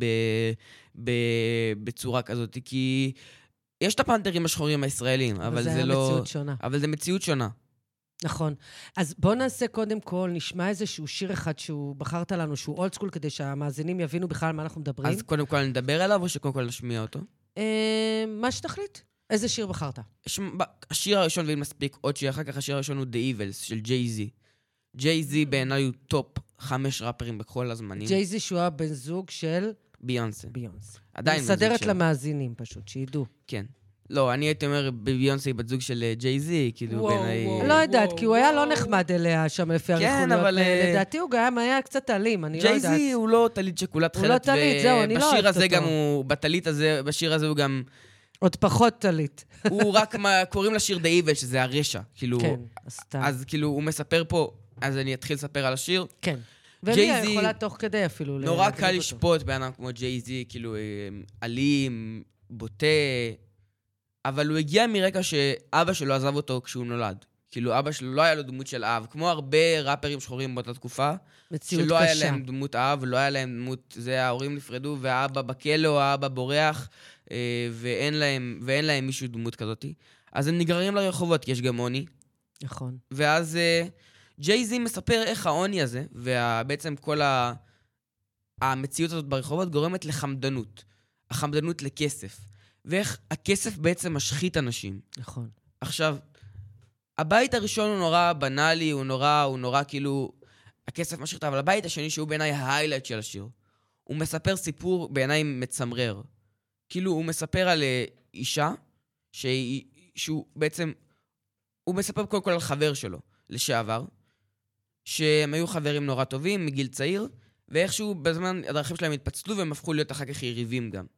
בצורה כזאת, כי יש את הפנתרים השחורים הישראלים, אבל זה לא... מציאות שונה. אבל זה מציאות שונה. נכון. אז בוא נעשה קודם כל, נשמע איזשהו שיר אחד שהוא בחרת לנו, שהוא אולד סקול, כדי שהמאזינים יבינו בכלל מה אנחנו מדברים. אז קודם כל נדבר עליו, או שקודם כל נשמיע אותו? מה שתחליט. איזה שיר בחרת? השיר הראשון, ואם מספיק עוד שיר, אחר כך השיר הראשון הוא The Evils של ג'יי-זי. ג'יי-זי בעיניי הוא טופ 5 ראפרים בכל הזמנים. ג'יי-זי שהוא היה בן זוג של... ביונסה. ביונסה. עדיין בן זוג מסדרת שלה. למאזינים פשוט, שידעו. כן. לא, אני הייתי אומר ביונסה היא בת זוג של ג'יי-זי, כאילו בעיניי... לא יודעת, כי הוא היה לא נחמד אליה שם לפי הריחוניות. כן, אבל... לדעתי הוא גם היה קצת אלים, אני לא יודעת. ג'יי-זי הוא לא טלית שכולה תכלת. הוא לא טלית, זהו, אני לא אוהבת אותו. בשיר הזה גם הוא, בטלית הזה, בשיר הזה הוא גם... עוד פחות טלית. הוא רק קוראים לשיר The Evil, שזה הרשע. כאילו... כן, סתם. אז כאילו הוא מספר פה, אז אני אתחיל לספר על השיר. כן. ואני יכולה תוך כדי אפילו... נורא קל לשפוט באדם כמו ג'יי-זי, כאילו אלים, בוטה, אבל הוא הגיע מרקע שאבא שלו עזב אותו כשהוא נולד. כאילו אבא שלו לא היה לו דמות של אב, כמו הרבה ראפרים שחורים באותה תקופה. מציאות שלא קשה. היה להם דמות אב, לא היה להם דמות, זה ההורים נפרדו, והאבא בכלא או האבא בורח, ואין להם מישהו דמות כזאת. אז הם נגררים לרחובות, כי יש גם עוני. נכון. ואז ג'יי-זי מספר איך העוני הזה, ובעצם כל המציאות הזאת ברחובות גורמת לחמדנות. החמדנות לכסף. ואיך הכסף בעצם משחית אנשים. נכון. עכשיו, הבית הראשון הוא נורא בנאלי, הוא נורא כאילו, הכסף משחית, אבל הבית השני שהוא בעיניי ההיילייט של השיר. הוא מספר סיפור בעיניי מצמרר. כאילו הוא מספר על אישה, שהוא בעצם, הוא מספר קודם כל על חבר שלו, לשעבר, שהם היו חברים נורא טובים מגיל צעיר, ואיכשהו בזמן הדרכים שלהם התפצלו והם הפכו להיות אחר כך יריבים גם.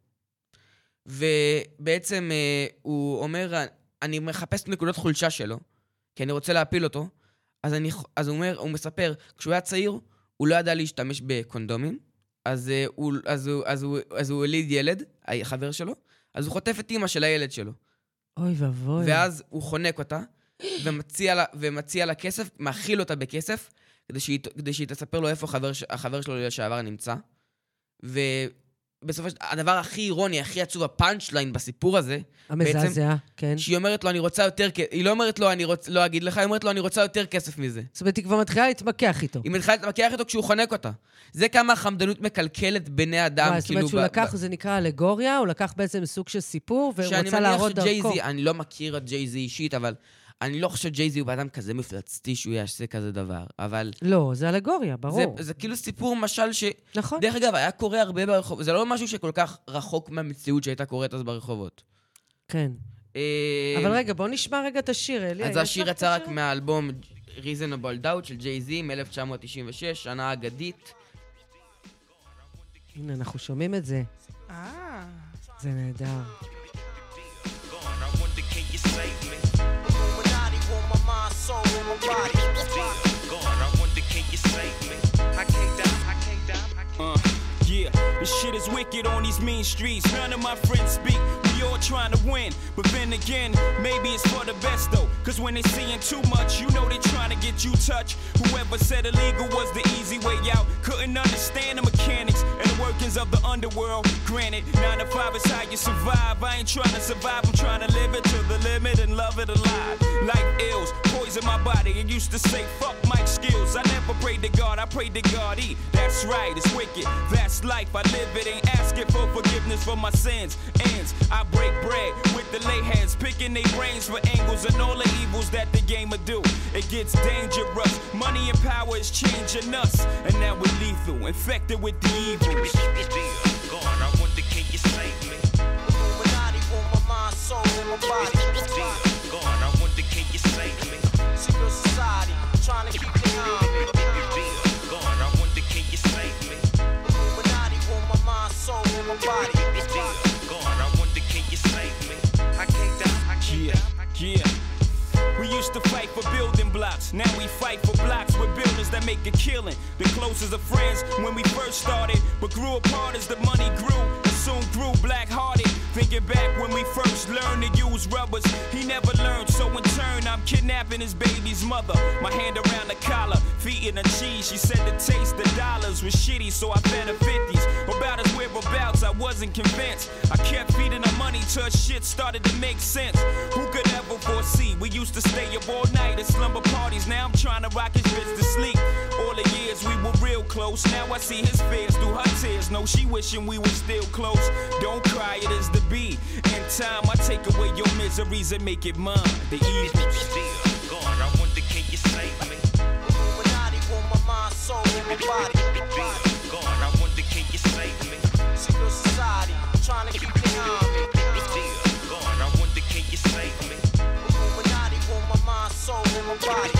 ובעצם הוא אומר, אני מחפש את נקודות חולשה שלו, כי אני רוצה להפיל אותו, אז הוא מספר, כשהוא היה צעיר, הוא לא ידע להשתמש בקונדומים, אז הוא הוליד ילד, החבר שלו, אז הוא חוטף את אמא של הילד שלו. אוי ואבוי. ואז הוא חונק אותה, ומציע לה כסף, מאכיל אותה בכסף, כדי שהיא תספר לו איפה החבר שלו לשעבר נמצא. ובסופו של דבר, הדבר הכי אירוני, הכי עצוב, הפאנץ' ליין בסיפור הזה, המזעזע, כן. שהיא אומרת לו, אני רוצה יותר כסף, היא לא אומרת לו, אני לא אגיד לך, היא אומרת לו, אני רוצה יותר כסף מזה. זאת אומרת, היא כבר מתחילה להתמקח איתו. היא מתחילה להתמקח איתו כשהוא חונק אותה. זה כמה החמדנות מקלקלת בני אדם. זאת אומרת שהוא לקח, זה נקרא אלגוריה, הוא לקח בעצם סוג של סיפור, והוא רוצה להראות דרכו. אני לא מכיר את ג'יי-זי אישית, אבל אני לא חושב שג'יי-זי הוא באדם כזה מפלצתי שהוא יעשה כזה דבר, אבל... לא, זה אלגוריה, ברור. זה כאילו סיפור משל ש... נכון. דרך אגב, היה קורה הרבה ברחובות. זה לא משהו שכל כך רחוק מהמציאות שהייתה קורית אז ברחובות. כן. אבל רגע, בוא נשמע רגע את השיר, אלי. אז השיר יצא רק מהאלבום Reasonable Doubt של ג'יי-זי מ-1996, שנה אגדית. הנה, אנחנו שומעים את זה. זה נהדר. want my mind, soul, and my body. God, I wonder can you save me? I can't die, I can't die, I can't die. Yeah, this shit is wicked on these mean streets. None of my friends speak. We all trying to win. But then again, maybe it's for the best though. Cause when they seeing too much, you know they trying to get you touched. Whoever said illegal was the easy way out couldn't understand the mechanics and the workings of the underworld. Granted, 9 to 5 is how you survive. I ain't trying to survive, I'm trying to live it to the limit and love it alive. Life ills, poison my body. I used to say, fuck Mike Skills. I never prayed to God, I prayed to God. That's right, it's wicked. That's life, I live it. Ain't asking for forgiveness for my sins. Ends, I break bread with the lay heads, picking their brains for angles and all the evils that the game will do. It gets dangerous. Money and power is changing us, and now we're lethal, infected with the evils. God, I wonder can you save me? Illuminati want my mind, soul, and my body. God, I wonder can you save me? Secret society, trying to keep me on me. God, I wonder can you save me? Illuminati want my mind, soul, and my body. God, I wonder can you save me? I can't die, I can't die. Yeah. We used to fight for building blocks. Now we fight for blocks with buildings that make a killing. The closest of friends when we first started, but grew apart as the money grew and soon grew black-hearted. Thinking back when we first learned to use rubbers, he never learned, so in turn I'm kidnapping his baby's mother. My hand around the collar, feet in the cheese. She said the taste of dollars was shitty, so I fed her 50s. About his whereabouts, I wasn't convinced. I kept feeding her money till shit started to make sense. Who could ever foresee? We used to stay up all night at slumber parties. Now I'm trying to rock his bitch to sleep. All the years we were real close. Now I see his fears through her tears. No, she wishing we were still close. Don't cry, it is the beat. In time, I take away your miseries and make it mine. The evils. God, I wonder can you save me? Illuminati want my mind, soul, and my body. God, I wonder can you save me? Secret society, trying to keep me on me. God, I wonder can you save me? Illuminati want my mind, soul, and my body.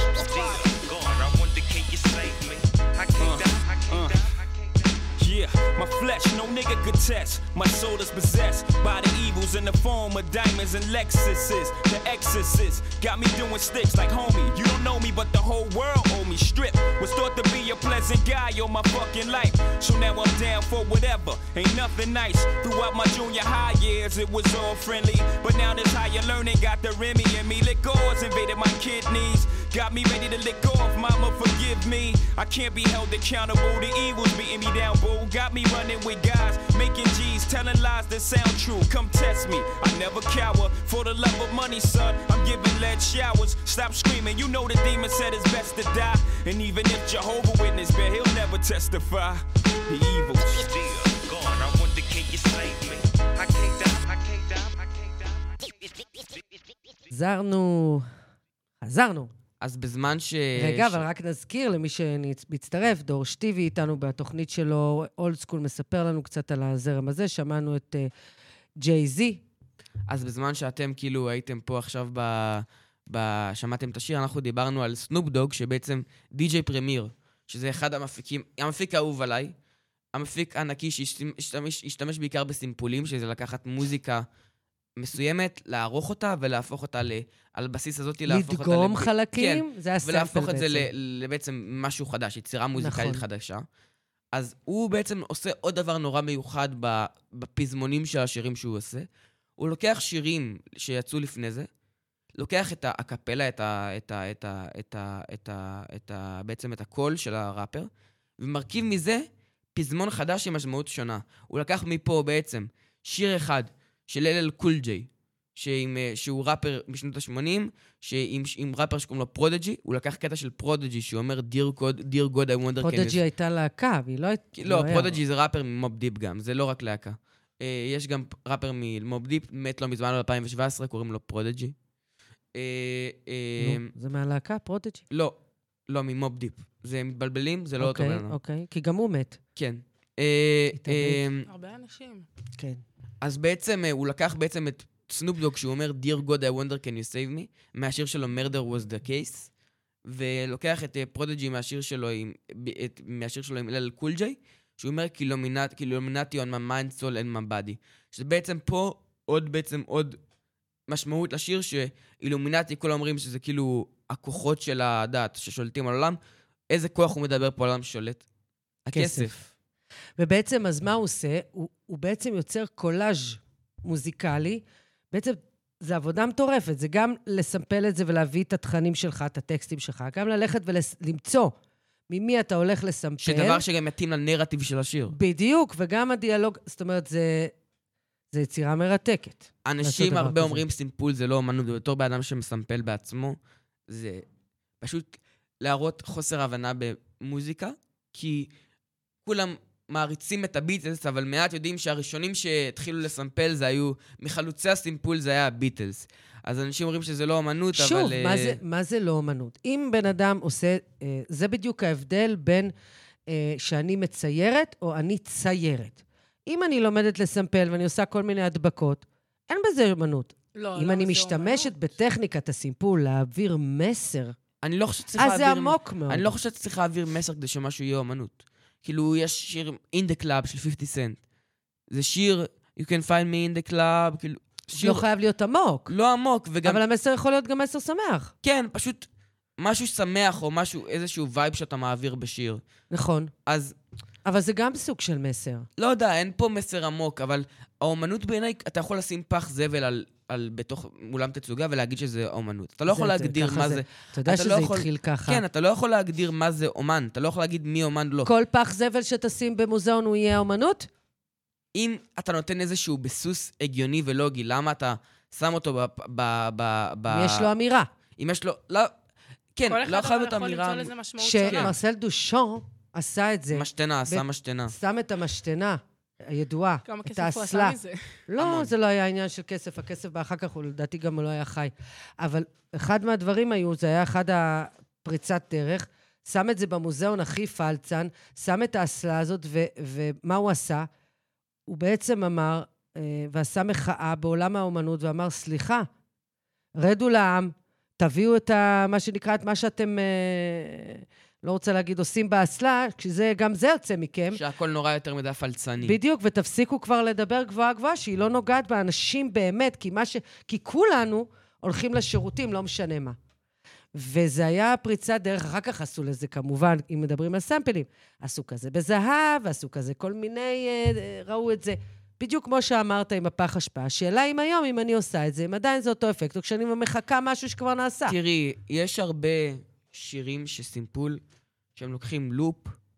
God, I wonder can you save me? I can't die, I can't die, I can't die. Yeah, my flesh, no nigga could test. My soul is possessed by the evils in the form of diamonds and Lexuses. The exorcist got me doing sticks like homie. You don't know me, but the whole world owe me. Strip was thought to be a pleasant guy all my fucking life. So now I'm down for whatever. Ain't nothing nice. Throughout my junior high years, it was all friendly. But now this higher learning got the Remy in me. Liquors invaded my kidneys. Got me ready to lick off, mama forgive me. I can't be held accountable. The evil's beating me down, boo. Got me running with guys, making G's, telling lies that sound true. Come test me, I never cower. For the love of money, son, I'm giving lead showers. Stop screaming, you know the demon said it's best to die. And even if Jehovah Witness, bet he'll never testify. The evils. God, I wonder can you save me? I can't die, I can't die, I can't die. חזרנו. אז בזמן רגע, אבל רק נזכיר למי שמצטרף, דור שטיבי איתנו בתוכנית שלו, אולד סקול מספר לנו קצת על הזרם הזה, שמענו את ג'יי-זי. אז בזמן שאתם כאילו הייתם פה עכשיו שמעתם את השיר, אנחנו דיברנו על סנופ דוג, שבעצם די.ג'יי פרמיר, שזה אחד המפיקים, המפיק האהוב עליי, המפיק ענקי שהשתמש בעיקר בסימפולים, שזה לקחת מוזיקה מסוימת, לערוך אותה ולהפוך אותה על בסיס הזאת, לדגום חלקים, כן, זה הסמפל ולהפוך בעצם. את זה לבעצם משהו חדש, יצירה מוזיקלית חדשה. אז הוא בעצם עושה עוד דבר נורא מיוחד בפזמונים של השירים שהוא עושה. הוא לוקח שירים שיצאו לפני זה, לוקח את הקפלה, בעצם את הקול של הראפר, ומרכיב מזה פזמון חדש עם משמעות שונה. הוא לקח מפה בעצם שיר אחד של LL Cool J, שהוא ראפר בשנות ה-80, עם ראפר שקוראים לו פרודג'י, הוא לקח קטע של פרודג'י, שהוא אומר, Dear God, I wonder can... פרודג'י הייתה להקה, והיא לא... לא, פרודג'י זה ראפר ממוב דיפ גם, זה לא רק להקה. יש גם ראפר ממוב דיפ, מת לא מזמן ב-2017, קוראים לו פרודג'י. זה מהלהקה, פרודג'י? לא, ממוב דיפ. זה מתבלבלים, זה לא אותו בנו. אוקיי, כי גם הוא מת. כן. הרבה אנשים. כן. אז בעצם, הוא לקח בעצם את סנופ דוג, שהוא אומר, Dear God, I wonder can you save me, מהשיר שלו, Murder was the case, ולוקח את פרודג'י מהשיר שלו עם LL Cool J, שהוא אומר, Illuminati on my mind, soul and my body. שזה בעצם פה עוד משמעות לשיר שאילומינטי, כולם אומרים שזה כאילו הכוחות של הדת ששולטים על העולם. איזה כוח הוא מדבר פה על העולם ששולט? הכסף. ובעצם, אז מה הוא עושה? הוא בעצם יוצר קולאז' מוזיקלי. בעצם זה עבודה מטורפת. זה גם לסמפל את זה ולהביא את התכנים שלך, את הטקסטים שלך. גם ללכת ולמצוא ממי אתה הולך לסמפל. שדבר שגם מתאים לנרטיב של השיר. בדיוק, וגם הדיאלוג, זאת אומרת, זה יצירה מרתקת. אנשים הרבה אומרים סימפול זה לא אומנות, ובתור באדם שמסמפל בעצמו, זה פשוט להראות חוסר הבנה במוזיקה, כי כולם מעריצים את הביטלס, אבל מעט יודעים שהראשונים שהתחילו לסמפל זה היו, מחלוצי הסימפול זה היה הביטלס. אז אנשים אומרים שזה לא אומנות, שוב, אבל... שוב, מה זה לא אומנות? אם בן אדם עושה, זה בדיוק ההבדל בין שאני מציירת או אני ציירת. אם אני לומדת לסמפל ואני עושה כל מיני הדבקות, אין בזה אומנות. לא, אם אני משתמשת בטכניקת הסימפול להעביר מסר, אני לא חושבת שצריך אז זה עמוק מאוד. אני לא חושבת שצריך להעביר מסר כדי שמשהו יהיה אומנות. כאילו, יש שיר In the Club של 50 Cent. זה שיר, You can find me in the club, כאילו... לא חייב להיות עמוק. לא עמוק, וגם... אבל המסר יכול להיות גם מסר שמח. כן, פשוט משהו שמח, או משהו, איזשהו וייב שאתה מעביר בשיר. נכון. אז... אבל זה גם סוג של מסר. לא יודע, אין פה מסר עמוק, אבל האומנות בעיניי, אתה יכול לשים פח זבל בתוך אולם תצוגה ולהגיד שזה אומנות. אתה לא יכול להגדיר מה זה... אתה יודע שזה התחיל ככה. כן, אתה לא יכול להגדיר מה זה אומן. אתה לא יכול להגיד מי אומן לא. כל פח זבל שתשים במוזיאון הוא יהיה אומנות? אם אתה נותן איזשהו ביסוס הגיוני ולוגי, למה אתה שם אותו יש לו אמירה. אם יש לו... לא... כן, לא חייב להיות אמירה... כל אחד יכול למצוא לזה משמעות שונה. שמרסל דושון עשה את זה. משתנה, עשה משתנה. שם את המשתנה הידועה, כמה את כסף הוא האסלה. עשה מזה? לא, זה לא היה עניין של כסף. הכסף באחר כך הוא לדעתי גם לא היה חי. אבל אחד מהדברים היו, זה היה אחד הפריצת דרך, שם את זה במוזיאון הכי פלצן, שם את האסלה הזאת, ומה הוא עשה? הוא בעצם אמר, ועשה מחאה בעולם האומנות, ואמר, סליחה, רדו לעם, תביאו את מה שנקרא, את מה שאתם, לא רוצה להגיד, עושים באסלה, כשגם זה יוצא מכם. שהכל נורא יותר מדי פלצני. בדיוק, ותפסיקו כבר לדבר גבוהה גבוהה, שהיא לא נוגעת באנשים באמת, כי כולנו הולכים לשירותים, לא משנה מה. וזה היה פריצת דרך, אחר כך עשו לזה כמובן, אם מדברים על סמפלים, עשו כזה בזהב, עשו כזה כל מיני, ראו את זה. בדיוק כמו שאמרת עם הפח השפעה. השאלה אם היום, אם אני עושה את זה, אם עדיין זה אותו אפקט, או כשאני מחכה משהו שכבר נעשה. תראי, יש הרבה שירים שסימפול, שהם לוקחים לופ,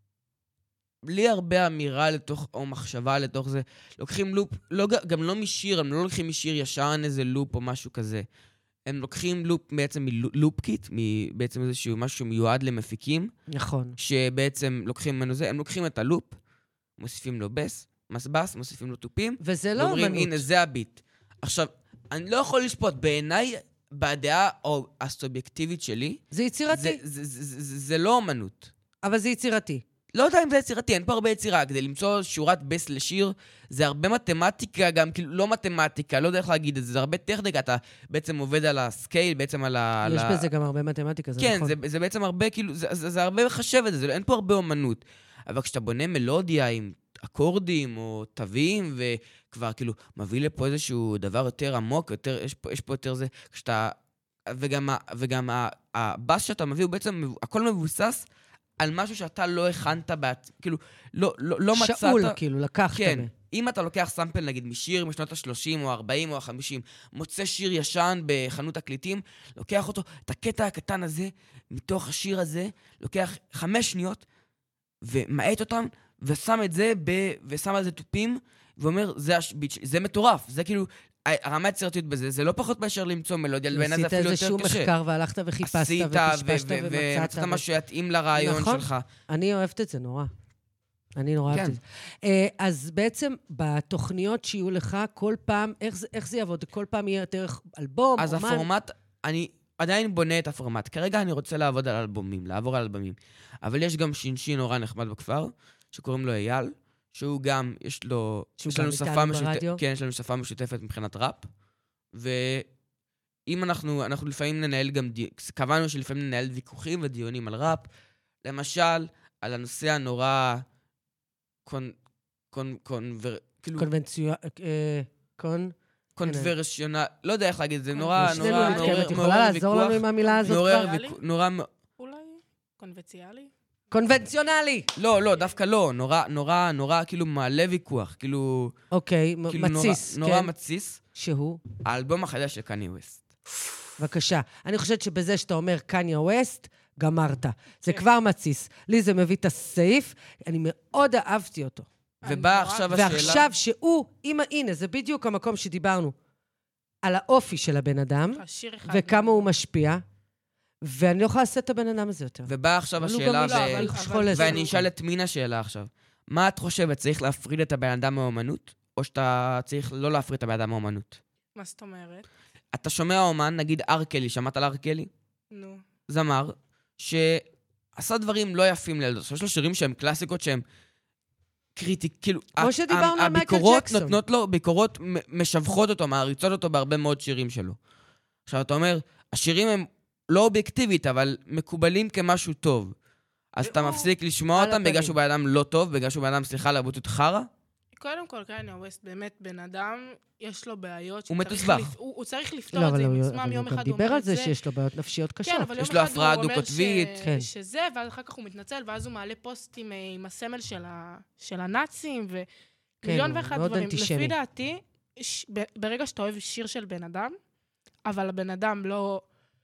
בלי הרבה אמירה לתוך, או מחשבה לתוך זה, לוקחים לופ, גם לא משיר, הם לא לוקחים משיר ישר איזה לופ או משהו כזה. הם לוקחים לופ בעצם מלופ קיט, בעצם איזשהו משהו שמיועד למפיקים. נכון. שבעצם לוקחים ממנו זה, הם לוקחים את הלופ, מוסיפים לו בס, מסבס, מוסיפים לו טופים. וזה לא ואומרים, אמנות. הנה, זה הביט. עכשיו, אני לא יכול לשפוט, בעיניי, בדעה או הסובייקטיבית שלי, זה יצירתי. זה לא אמנות. אבל זה יצירתי. לא יודע אם זה יצירתי, אין פה הרבה יצירה. כדי למצוא שורת בס לשיר, זה הרבה מתמטיקה, גם כאילו לא מתמטיקה, לא יודע איך להגיד את זה, זה הרבה טכניקה, אתה בעצם עובד על הסקייל, בעצם על ה... יש בזה גם הרבה מתמטיקה, זה נכון. כן, זה בעצם הרבה, כאילו, זה הרבה מחשב את זה, אין פה הרבה אומנות. אבל כשאתה בונה מלודיה עם אקורדים או תווים, וכבר כאילו מביא לפה איזשהו דבר יותר עמוק, יש פה יותר זה, כשאתה... וגם הבאס שאתה מביא, הוא בעצם, הכל מבוסס על משהו שאתה לא הכנת כאילו, לא מצאת... שאול, כאילו, לקחת. כן. אם אתה לוקח סמפל, נגיד, משיר משנות ה-30 או ה-40 או ה-50, מוצא שיר ישן בחנות תקליטים, לוקח אותו, את הקטע הקטן הזה, מתוך השיר הזה, לוקח 5 שניות, ומעט אותם, ושם את זה, ושם על זה טופים, ואומר, זה מטורף. זה כאילו, הרמה יצירתיות בזה, זה לא פחות מאשר למצוא מלודיה, בעיניי זה אפילו יותר קשה. עשית איזשהו מחקר, והלכת וחיפשת, ופשפשת ומצאת. ומצאת משהו שיתאים לרעיון שלך. אני אוהבת את זה נורא. אני נורא אוהבת את זה. אז בעצם, בתוכניות שיהיו לך, כל פעם, איך זה יעבוד? כל פעם יהיה יותר אלבום, אז אומן? הפורמט, אני עדיין בונה את הפורמט. כרגע אני רוצה לעבור על אלבומים. אבל יש גם שינשי נורא נחמד בכפר, שקוראים לו אייל, שהוא גם, יש לנו שפה משותפת מבחינת ראפ, ואם אנחנו לפעמים ננהל גם, קבענו שלפעמים ננהל ויכוחים ודיונים על ראפ, למשל, על הנושא הנורא קונברסיונל, לא יודע איך להגיד את זה, נורא שנינו נתקמת, יכולה לעזור לנו עם המילה הזאת כבר? נורא... אולי קונבנציאלי? קונבנציונלי. לא, דווקא לא, נורא כאילו מעלה ויכוח, כאילו... אוקיי, כאילו מתסיס, נורא כן. מתסיס. שהוא? האלבום החדש של קניה ווסט. בבקשה. אני חושבת שבזה שאתה אומר קניה ווסט, גמרת. זה כבר מתסיס. לי זה מביא את הסעיף, אני מאוד אהבתי אותו. ובאה עכשיו השאלה... ועכשיו שהוא, הנה, זה בדיוק המקום שדיברנו, על האופי של הבן אדם, וכמה הוא משפיע, ואני לא יכולה לעשות את הבן אדם הזה יותר. ובאה עכשיו השאלה, ואני אשאל את מינה שאלה עכשיו. מה את חושבת, צריך להפריד את הבן אדם מהאומנות, או שאתה צריך לא להפריד את הבן אדם מהאומנות? מה זאת אומרת? אתה שומע אומן, נגיד ארקלי, שמעת על ארקלי? נו. זמר, שעשה דברים לא יפים לילדות. יש לו שירים שהם קלאסיקות שהם קריטי, כאילו... כמו שדיברנו על מייקל ג'קסון. נותנות לו, ביקורות משבחות אותו, מעריצות אותו בהרבה מאוד שירים שלו. עכשיו אתה אומר, השירים הם לא אובייקטיבית, אבל מקובלים כמשהו טוב. אז אתה מפסיק לשמוע אותם בגלל שהוא בן אדם לא טוב, בגלל שהוא בן אדם, סליחה, להבוטות חרא? קודם כל, קניה ווסט באמת בן אדם, יש לו בעיות... הוא מתוסבך. הוא צריך לפתור את זה עם עצמם, יום אחד הוא אומר את זה. אבל הוא גם דיבר על זה שיש לו בעיות נפשיות קשות. כן, אבל יום יש לו אחד הפרעה הוא אומר דו-קוטבית. שזה, ואז אחר כך הוא מתנצל, ואז הוא מעלה פוסטים עם הסמל של הנאצים, ומיליון ואחד דברים. לפי דעתי, ברגע שאתה אוהב שיר של בן אדם, אבל הבן אדם לא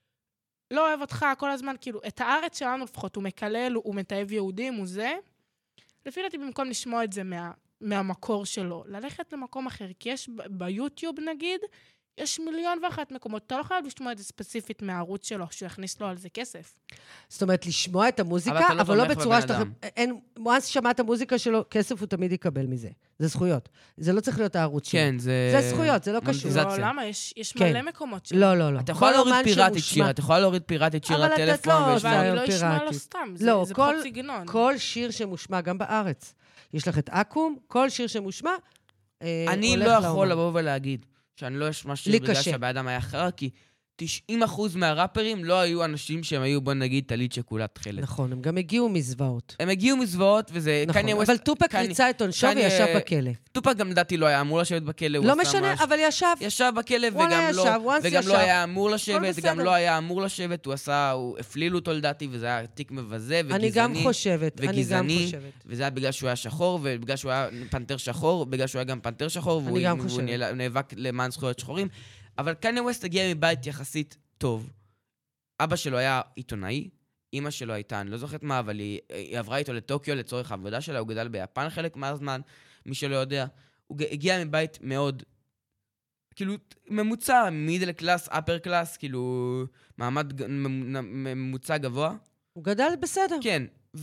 אוהב אותך כל הזמן, כאילו, את הארץ שלנו לפחות, הוא מקלל, הוא מתאהב יהודים, הוא זה. לפי דעתי, במקום לשמוע את זה מהמקור שלו, ללכת למקום אחר, כי יש ביוטיוב נגיד, יש מיליון ואחת מקומות, אתה לא חייב לשמוע את זה ספציפית מהערוץ שלו, שהוא יכניס לו על זה כסף. זאת אומרת, לשמוע את המוזיקה, אבל לא בצורה שאתה... מואס שמע את המוזיקה שלו, כסף הוא תמיד יקבל מזה. זה זכויות. זה לא צריך להיות הערוץ שלו. כן, זה זכויות, זה לא קשור. לא, למה? יש מלא מקומות שלו. לא. אתה יכולה להוריד פיראטית שיר, אתה יכולה להוריד פיראטית שיר לטלפון. אבל אני לא אשמע לו סתם, זה פחות סגנון. כל שיר שמושמע, גם בארץ. יש לך את אקום, כל שיר שמושמע, אני לא יכול לבוא ולהגיד שאני לא אשמע שיר בגלל שהבאדם היה אחר, כי 90% מהראפרים לא היו אנשים שהם היו, בוא נגיד, תלית שכולה תחלת. נכון, הם גם הגיעו מזוועות. הם הגיעו מזוועות, וזה... נכון, אבל טופק ריצה את עונשו וישב בכלא. טופק גם לדעתי לא היה אמור לשבת בכלא. לא משנה, אבל ישב. ישב בכלא וגם לא היה אמור לשבת, גם לא היה אמור לשבת, הוא הפלילו אותו לדעתי, וזה היה תיק מבזה וגזעני וגזעני, וזה היה בגלל שהוא היה שחור, ובגלל שהוא היה פנתר שחור, בגלל שהוא היה גם פנתר שחור, והוא נאבק למען זכויות שחורים. אבל קניה ווסט הגיע מבית יחסית טוב. אבא שלו היה עיתונאי, אמא שלו הייתה, אני לא זוכרת מה, אבל היא עברה איתו לטוקיו לצורך העבודה שלה, הוא גדל ביפן חלק מהזמן, מי שלא יודע. הוא הגיע מבית מאוד, כאילו, ממוצע, מידל קלאס, אפר קלאס, כאילו, מעמד ממוצע גבוה. הוא גדל בסדר. כן,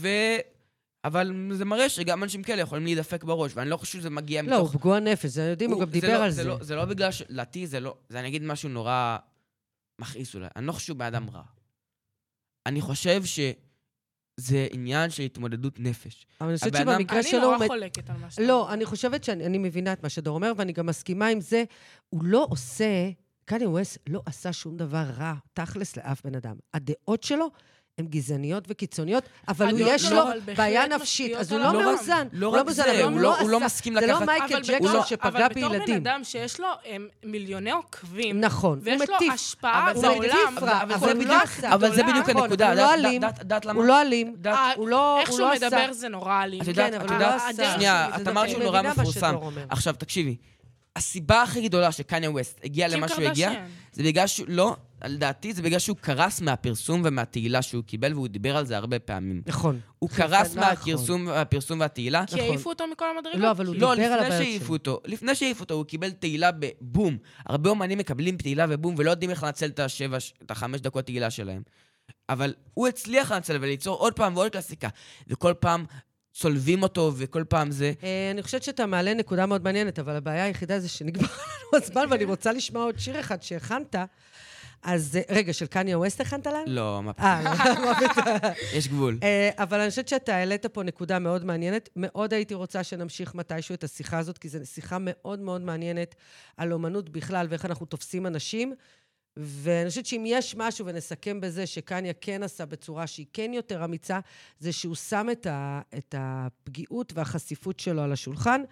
אבל זה מראה שגם אנשים כאלה יכולים להידפק בראש, ואני לא חושב שזה מגיע מתוך... לא, הוא פגוע נפש, זה יודעים, הוא גם דיבר על זה. זה לא בגלל שלתי, זה לא... זה אני אגיד משהו נורא מכעיס אולי. אני לא חושב שהוא באדם רע. אני חושב שזה עניין של התמודדות נפש. אבל אני חושבת שבמקרה שלו... אני לא חולקת על מה שאתה... לא, אני חושבת שאני מבינה את מה שדור אומר, ואני גם מסכימה עם זה. הוא לא עושה... קניה ווסט לא עשה שום דבר רע, תכלס לאף בן אדם. הדעות שלו הן גזעניות וקיצוניות, אבל יש לו בעיה נפשית, אז הוא לא מאוזן. לא רק זה, הוא לא מסכים לקחת... זה לא מייקל ג'קסון שפגע בילדים. אבל בתור בן אדם שיש לו מיליוני עוקבים, נכון, ויש לו השפעה בעולם, אבל זה בדיוק הנקודה. הוא לא אלים, איך שהוא מדבר זה נורא אלים. את יודעת, שנייה, את אמרת שהוא נורא מפורסם. עכשיו, תקשיבי, הסיבה הכי גדולה שקניה ווסט הגיע למה שהוא הגיע, זה בגלל שהוא, לא, לדעתי, זה בגלל שהוא קרס מהפרסום ומהתהילה שהוא קיבל, והוא דיבר על זה הרבה פעמים. נכון. הוא קרס מהפרסום והתהילה. כי העיפו אותו מכל המדרגות? לא, אבל הוא דיבר על הבעיות שלו. לפני שהעיפו אותו, הוא קיבל תהילה בבום. הרבה אומנים מקבלים תהילה ובום, ולא יודעים איך לנצל את 5 דקות תהילה שלהם. אבל הוא הצליח לנצל וליצור עוד פעם ועוד קלאסיקה. וכל פעם צולבים אותו, וכל פעם זה... אני חושבת שאתה מעלה נקודה מאוד מעניינת, אבל הבעיה היחידה זה שנגמר לנו הזמן, ואני רוצה לשמוע עוד שיר אחד שהכנת. אז רגע, של קניה ווסט הכנת לנו? לא, מה פתאום. יש גבול. אבל אני חושבת שאתה העלית פה נקודה מאוד מעניינת. מאוד הייתי רוצה שנמשיך מתישהו את השיחה הזאת, כי זו שיחה מאוד מאוד מעניינת על אומנות בכלל, ואיך אנחנו תופסים אנשים. ואני חושבת שאם יש משהו, ונסכם בזה שקניה כן עשה בצורה שהיא כן יותר אמיצה, זה שהוא שם את הפגיעות והחשיפות שלו על השולחן,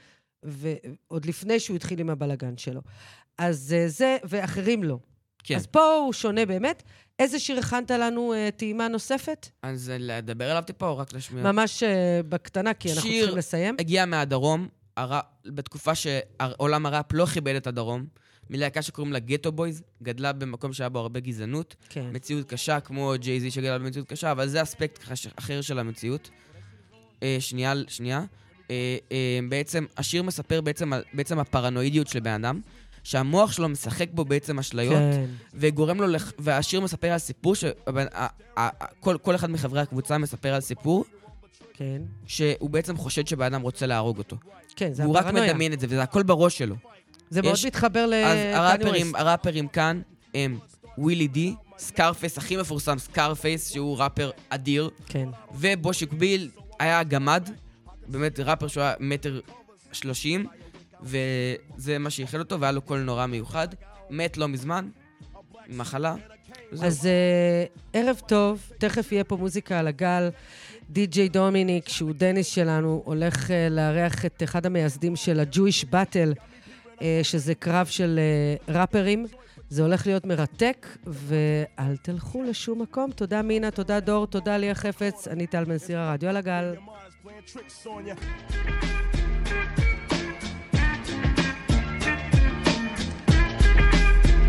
ועוד לפני שהוא התחיל עם הבלגן שלו. אז זה, ואחרים לא. כן. אז פה הוא שונה באמת. איזה שיר הכנת לנו טעימה נוספת? אז לדבר עליו טיפה או רק לשמיע? ממש בקטנה, כי אנחנו צריכים לסיים. שיר הגיע מהדרום, בתקופה שעולם הראפ לא כיבד את הדרום, מלהקה שקוראים לה גטו בויז, גדלה במקום שהיה בו הרבה גזענות, כן. מציאות קשה, כמו ג'יי-זי שגדלה במציאות קשה, אבל זה אספקט אחר של המציאות. שנייה. בעצם, השיר מספר בעצם הפרנואידיות של בן אדם, שהמוח שלו משחק בו בעצם אשליות, כן. וגורם לו, והשיר מספר על סיפור, כל אחד מחברי הקבוצה מספר על סיפור, כן. שהוא בעצם חושד שבן אדם רוצה להרוג אותו. כן, זה והוא הפרנויה. רק מדמיין את זה, וזה הכל בראש שלו. זה מאוד מתחבר לקניה ווסט. הראפרים כאן הם ווילי די, סקארפייס, הכי מפורסם, סקארפייס, שהוא ראפר אדיר, כן. ובושיק ביל היה גמד, באמת ראפר שהוא היה 1.30 מטר, וזה מה שהחל אותו, והיה לו קול נורא מיוחד. מת לא מזמן, מחלה. אז ערב טוב, תכף יהיה פה מוזיקה על הגל. די.ג'יי דומיניק, שהוא דניס שלנו, הולך לארח את אחד המייסדים של ה-Jewish Battle, שזה קרב של ראפרים. זה הולך להיות מרתק, ואל תלכו לשום מקום. תודה מינה, תודה דור, תודה ליה חפץ. אני טל בן סירה, רדיו על הגל.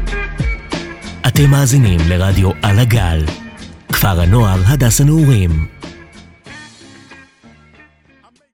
אתם מאזינים לרדיו על הגל, כפר הנוער הדס הנעורים.